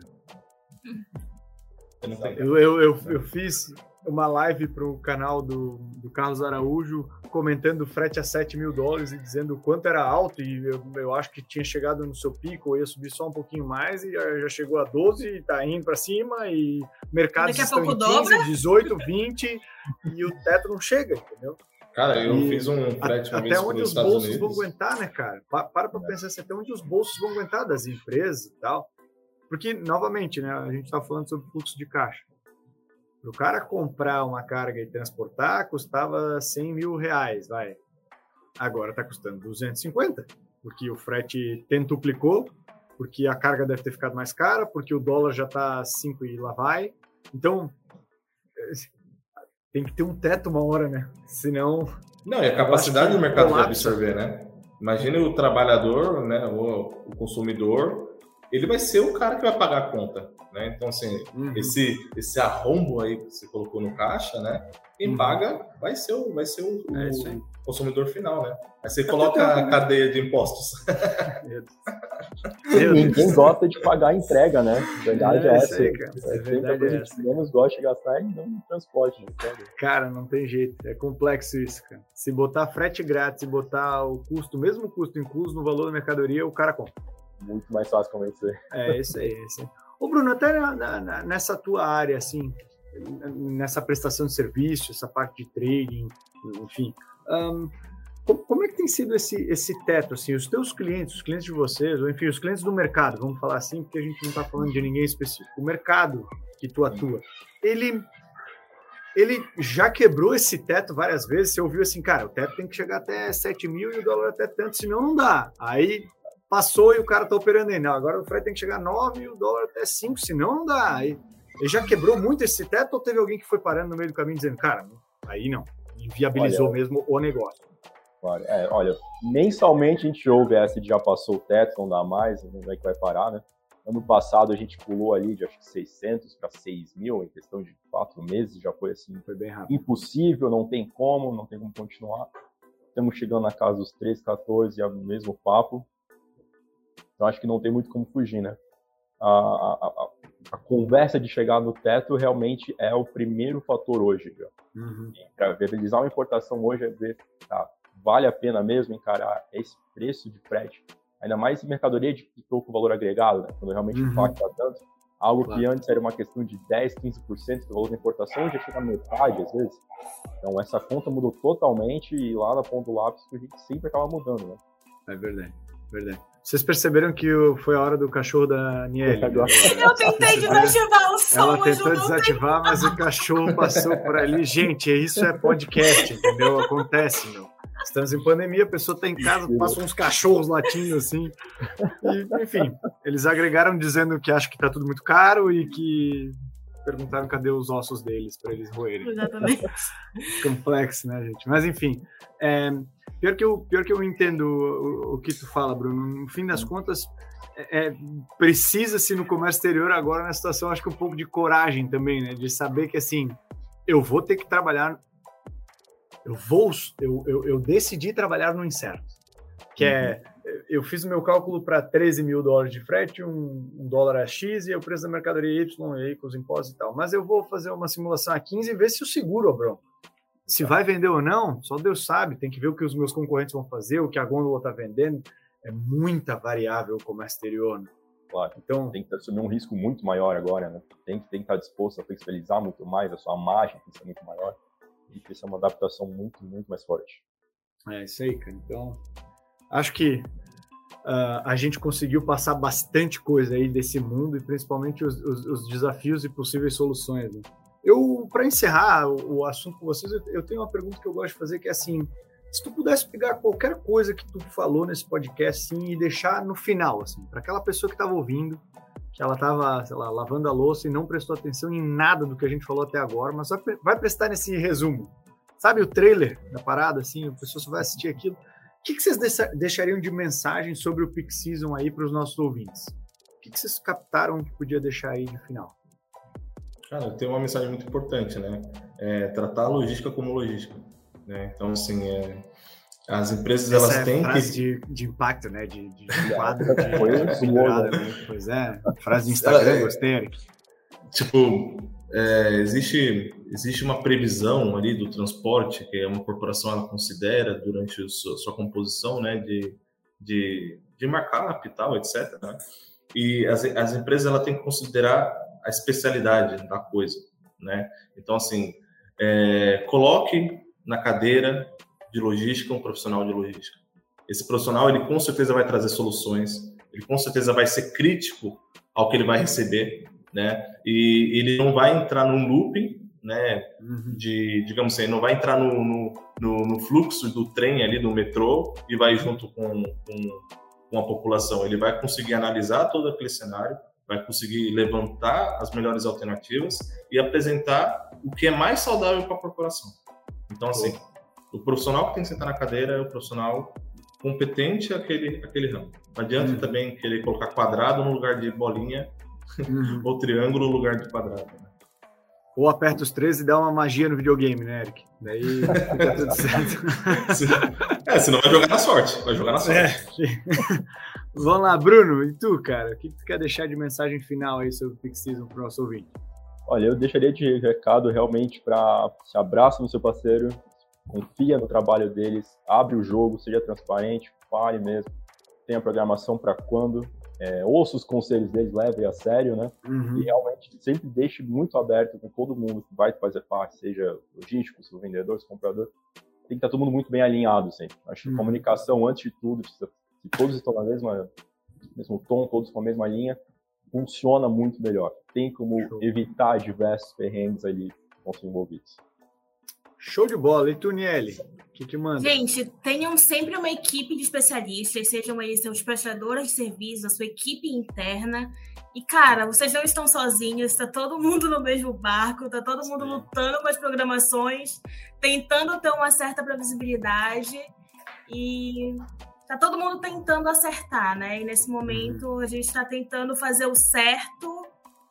[SPEAKER 4] meu? Eu, eu, eu, eu fiz uma live para o canal do, do Carlos Araújo comentando o frete a sete mil dólares e dizendo o quanto era alto e eu, eu acho que tinha chegado no seu pico, ou ia subir só um pouquinho mais e já, já chegou a doze e tá indo para cima e mercados
[SPEAKER 2] Daqui a
[SPEAKER 4] estão
[SPEAKER 2] pouco
[SPEAKER 4] em quinze,
[SPEAKER 2] dobra.
[SPEAKER 4] dezoito, vinte e o teto não chega, entendeu?
[SPEAKER 3] Cara, eu e fiz um frete uma vez
[SPEAKER 4] até onde os
[SPEAKER 3] Estados
[SPEAKER 4] bolsos
[SPEAKER 3] Unidos.
[SPEAKER 4] vão aguentar, né, cara? Para para é. pensar assim, até onde os bolsos vão aguentar das empresas e tal. Porque, novamente, né, a gente está falando sobre fluxo de caixa. Para o cara comprar uma carga e transportar, custava cem mil reais, vai. Agora está custando duzentos e cinquenta, porque o frete tentuplicou, porque a carga deve ter ficado mais cara, porque o dólar já está cinco e lá vai. Então, tem que ter um teto uma hora, né? Senão...
[SPEAKER 3] Não, e a capacidade do mercado de absorver, né? Imagine o trabalhador, né, ou o consumidor, ele vai ser o cara que vai pagar a conta, né? Então, assim, uhum. esse, esse arrombo aí que você colocou no caixa, né? Quem uhum. paga vai ser o, vai ser o, é o consumidor final, né? Aí você coloca a cadeia de impostos.
[SPEAKER 1] Ninguém gosta de pagar a entrega, né? A verdade é, é essa. Aí, cara.
[SPEAKER 4] É verdade é essa.
[SPEAKER 1] Menos gosta de gastar e não transporte. Né?
[SPEAKER 4] Cara, não tem jeito. É complexo isso, cara. Se botar frete grátis e botar o custo, o mesmo custo incluso no valor da mercadoria, o cara compra.
[SPEAKER 1] Muito mais fácil convencer.
[SPEAKER 4] É, isso aí, isso aí. Ô, Bruno, até na, na, nessa tua área, assim, nessa prestação de serviço, essa parte de trading, enfim, um, como é que tem sido esse, esse teto, assim, os teus clientes, os clientes de vocês, ou enfim, os clientes do mercado, vamos falar assim, porque a gente não está falando de ninguém específico, o mercado que tu atua, ele, ele já quebrou esse teto várias vezes, você ouviu assim, cara, o teto tem que chegar até sete mil e o dólar até tanto, senão não dá, aí passou e o cara tá operando aí, não, agora o frete tem que chegar a nove e o dólar até cinco, senão não dá, aí ele já quebrou muito esse teto ou teve alguém que foi parando no meio do caminho dizendo, cara, aí não, inviabilizou olha, mesmo o negócio?
[SPEAKER 1] Olha, é, olha, mensalmente a gente ouve essa de já passou o teto, não dá mais, não é que vai parar, né? Ano passado a gente pulou ali de acho que seiscentos para seis mil em questão de quatro meses, já foi assim,
[SPEAKER 4] foi bem rápido.
[SPEAKER 1] Impossível, não tem como, não tem como continuar. Estamos chegando na casa dos treze, quatorze, é o mesmo papo. Então acho que não tem muito como fugir, né? A, a, a, a conversa de chegar no teto realmente é o primeiro fator hoje.
[SPEAKER 4] Uhum.
[SPEAKER 1] Para viabilizar uma importação hoje é ver, tá, vale a pena mesmo encarar esse preço de frete, ainda mais em mercadoria de pouco valor agregado, né? Quando realmente
[SPEAKER 4] uhum.
[SPEAKER 1] impacta tanto. Algo
[SPEAKER 4] claro.
[SPEAKER 1] que antes era uma questão de dez, quinze por cento do valor da importação, já chega a metade às vezes. Então essa conta mudou totalmente e lá na ponta do lápis a gente sempre acaba mudando, né?
[SPEAKER 4] É verdade, verdade. Vocês perceberam que foi a hora do cachorro da Niele?
[SPEAKER 2] Eu tentei desativar o som.
[SPEAKER 4] Ela tentou desativar, mas o cachorro passou por ali. Gente, isso é podcast, entendeu? Acontece, meu. Estamos em pandemia, a pessoa está em casa, passa uns cachorros latindo assim. E, enfim, eles agregaram dizendo que acham que está tudo muito caro e que perguntaram cadê os ossos deles para eles roerem.
[SPEAKER 2] Exatamente.
[SPEAKER 4] Complexo, né, gente? Mas, enfim, é, pior, que eu, pior que eu entendo o, o que tu fala, Bruno. No fim das contas, é, é, precisa-se no comércio exterior agora, na situação, acho que um pouco de coragem também, né? De saber que, assim, eu vou ter que trabalhar... Eu vou... Eu, eu, eu decidi trabalhar no incerto. Que é... eu fiz o meu cálculo para treze mil dólares de frete, um, um dólar a X e o preço da mercadoria Y, e aí com os impostos e tal. Mas eu vou fazer uma simulação a quinze e ver se o seguro, Abrão. Se vai vender ou não, só Deus sabe. Tem que ver o que os meus concorrentes vão fazer, o que a Gôndola está vendendo. É muita variável o comércio exterior, né?
[SPEAKER 1] Claro,
[SPEAKER 4] então
[SPEAKER 1] tem que assumir um risco muito maior agora, né? Tem que, tem que estar disposto a flexibilizar muito mais, a sua margem tem que ser muito maior. E precisa uma adaptação muito, muito mais forte.
[SPEAKER 4] É isso aí, cara. Então, acho que uh, a gente conseguiu passar bastante coisa aí desse mundo e principalmente os, os, os desafios e possíveis soluções, né? Eu, para encerrar o, o assunto com vocês, eu, eu tenho uma pergunta que eu gosto de fazer, que é assim, se tu pudesse pegar qualquer coisa que tu falou nesse podcast assim, e deixar no final, assim, para aquela pessoa que estava ouvindo, que ela estava, sei lá, lavando a louça e não prestou atenção em nada do que a gente falou até agora, mas vai, vai prestar nesse resumo. Sabe o trailer da parada, assim, a pessoa só vai assistir aquilo. O que, que vocês deixariam de mensagem sobre o Peak Season aí para os nossos ouvintes? O que, que vocês captaram que podia deixar aí de final?
[SPEAKER 3] Cara, tem uma mensagem muito importante, né? É tratar a logística como logística, né? Então, assim, é, as empresas,
[SPEAKER 4] Essa
[SPEAKER 3] elas
[SPEAKER 4] é
[SPEAKER 3] têm
[SPEAKER 4] frase
[SPEAKER 3] que...
[SPEAKER 4] de, de impacto, né? De, de, de quadro, de,
[SPEAKER 1] Coisa
[SPEAKER 4] de
[SPEAKER 1] boa,
[SPEAKER 4] né? Pois é, frase de Instagram,
[SPEAKER 3] É,
[SPEAKER 4] gostei, Eric.
[SPEAKER 3] Tipo, é, existe, existe uma previsão ali do transporte, que uma corporação ela considera durante a sua, sua composição, né? De, de, de markup e tal, etcétera, né? E as, as empresas ela têm que considerar a especialidade da coisa, né? Então, assim, é, coloque na cadeira de logística um profissional de logística. Esse profissional, ele com certeza vai trazer soluções, ele com certeza vai ser crítico ao que ele vai receber, né? E ele não vai entrar num looping, né? De, digamos assim, não vai entrar no, no, no, no fluxo do trem ali, do metrô, e vai junto com, com, com a população. Ele vai conseguir analisar todo aquele cenário, vai conseguir levantar as melhores alternativas e apresentar o que é mais saudável para a corporação. Então, assim, o profissional que tem que sentar na cadeira é o profissional competente àquele, àquele ramo. Não adianta uhum. também querer colocar quadrado no lugar de bolinha uhum. ou triângulo no lugar de quadrado. Né?
[SPEAKER 4] Ou aperta os três e dá uma magia no videogame, né, Eric? Daí fica tudo certo.
[SPEAKER 3] É, senão vai jogar na sorte. Vai jogar na sorte.
[SPEAKER 4] É. Vamos lá, Bruno, e tu, cara? O que tu quer deixar de mensagem final aí sobre o Peak Season para o nosso ouvinte?
[SPEAKER 1] Olha, eu deixaria de recado realmente para se abraça no seu parceiro, confia no trabalho deles, abre o jogo, seja transparente, fale mesmo, tenha programação para quando, é, ouça os conselhos deles, leve a sério, né? Uhum. E realmente sempre deixe muito aberto com todo mundo que vai fazer parte, seja logístico, seja vendedor, seja comprador, tem que estar todo mundo muito bem alinhado sempre. Acho que uhum. comunicação, antes de tudo, precisa se todos estão na mesma mesmo tom, todos com a mesma linha, funciona muito melhor. Tem como Show. Evitar diversos perrengues ali que vão ser envolvidos.
[SPEAKER 4] Show de bola. E tu, Niele? O que que manda?
[SPEAKER 2] Gente, tenham sempre uma equipe de especialistas, sejam eles seus prestadores de serviços, a sua equipe interna. E, cara, vocês não estão sozinhos, tá todo mundo no mesmo barco, tá todo mundo Sim. lutando com as programações, tentando ter uma certa previsibilidade e... Tá todo mundo tentando acertar, né? E nesse momento uhum. a gente está tentando fazer o certo,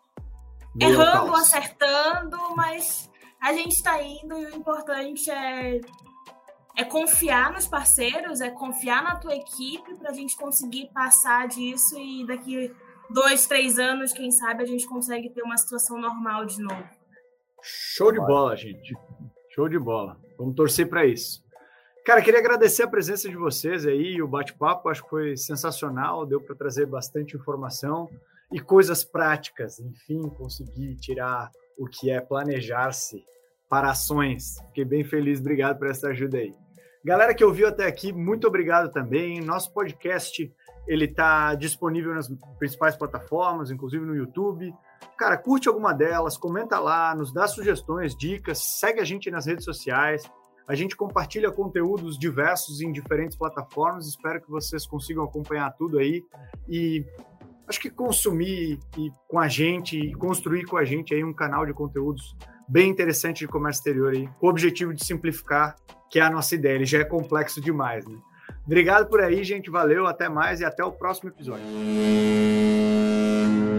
[SPEAKER 2] Meu errando, caos. acertando, mas a gente está indo e o importante é, é confiar nos parceiros, é confiar na tua equipe para a gente conseguir passar disso e daqui dois, três anos, quem sabe, a gente consegue ter uma situação normal de novo.
[SPEAKER 4] Show de bola, gente. Show de bola. Vamos torcer para isso. Cara, queria agradecer a presença de vocês aí, o bate-papo, acho que foi sensacional, deu para trazer bastante informação e coisas práticas, enfim, conseguir tirar o que é planejar-se para ações. Fiquei bem feliz, obrigado por essa ajuda aí. Galera que ouviu até aqui, muito obrigado também. Nosso podcast, ele está disponível nas principais plataformas, inclusive no YouTube. Cara, curte alguma delas, comenta lá, nos dá sugestões, dicas, segue a gente nas redes sociais. A gente compartilha conteúdos diversos em diferentes plataformas, espero que vocês consigam acompanhar tudo aí e acho que consumir e com a gente e construir com a gente aí um canal de conteúdos bem interessante de comércio exterior aí, com o objetivo de simplificar, que é a nossa ideia, ele já é complexo demais, né? Obrigado por aí, gente, valeu, até mais e até o próximo episódio.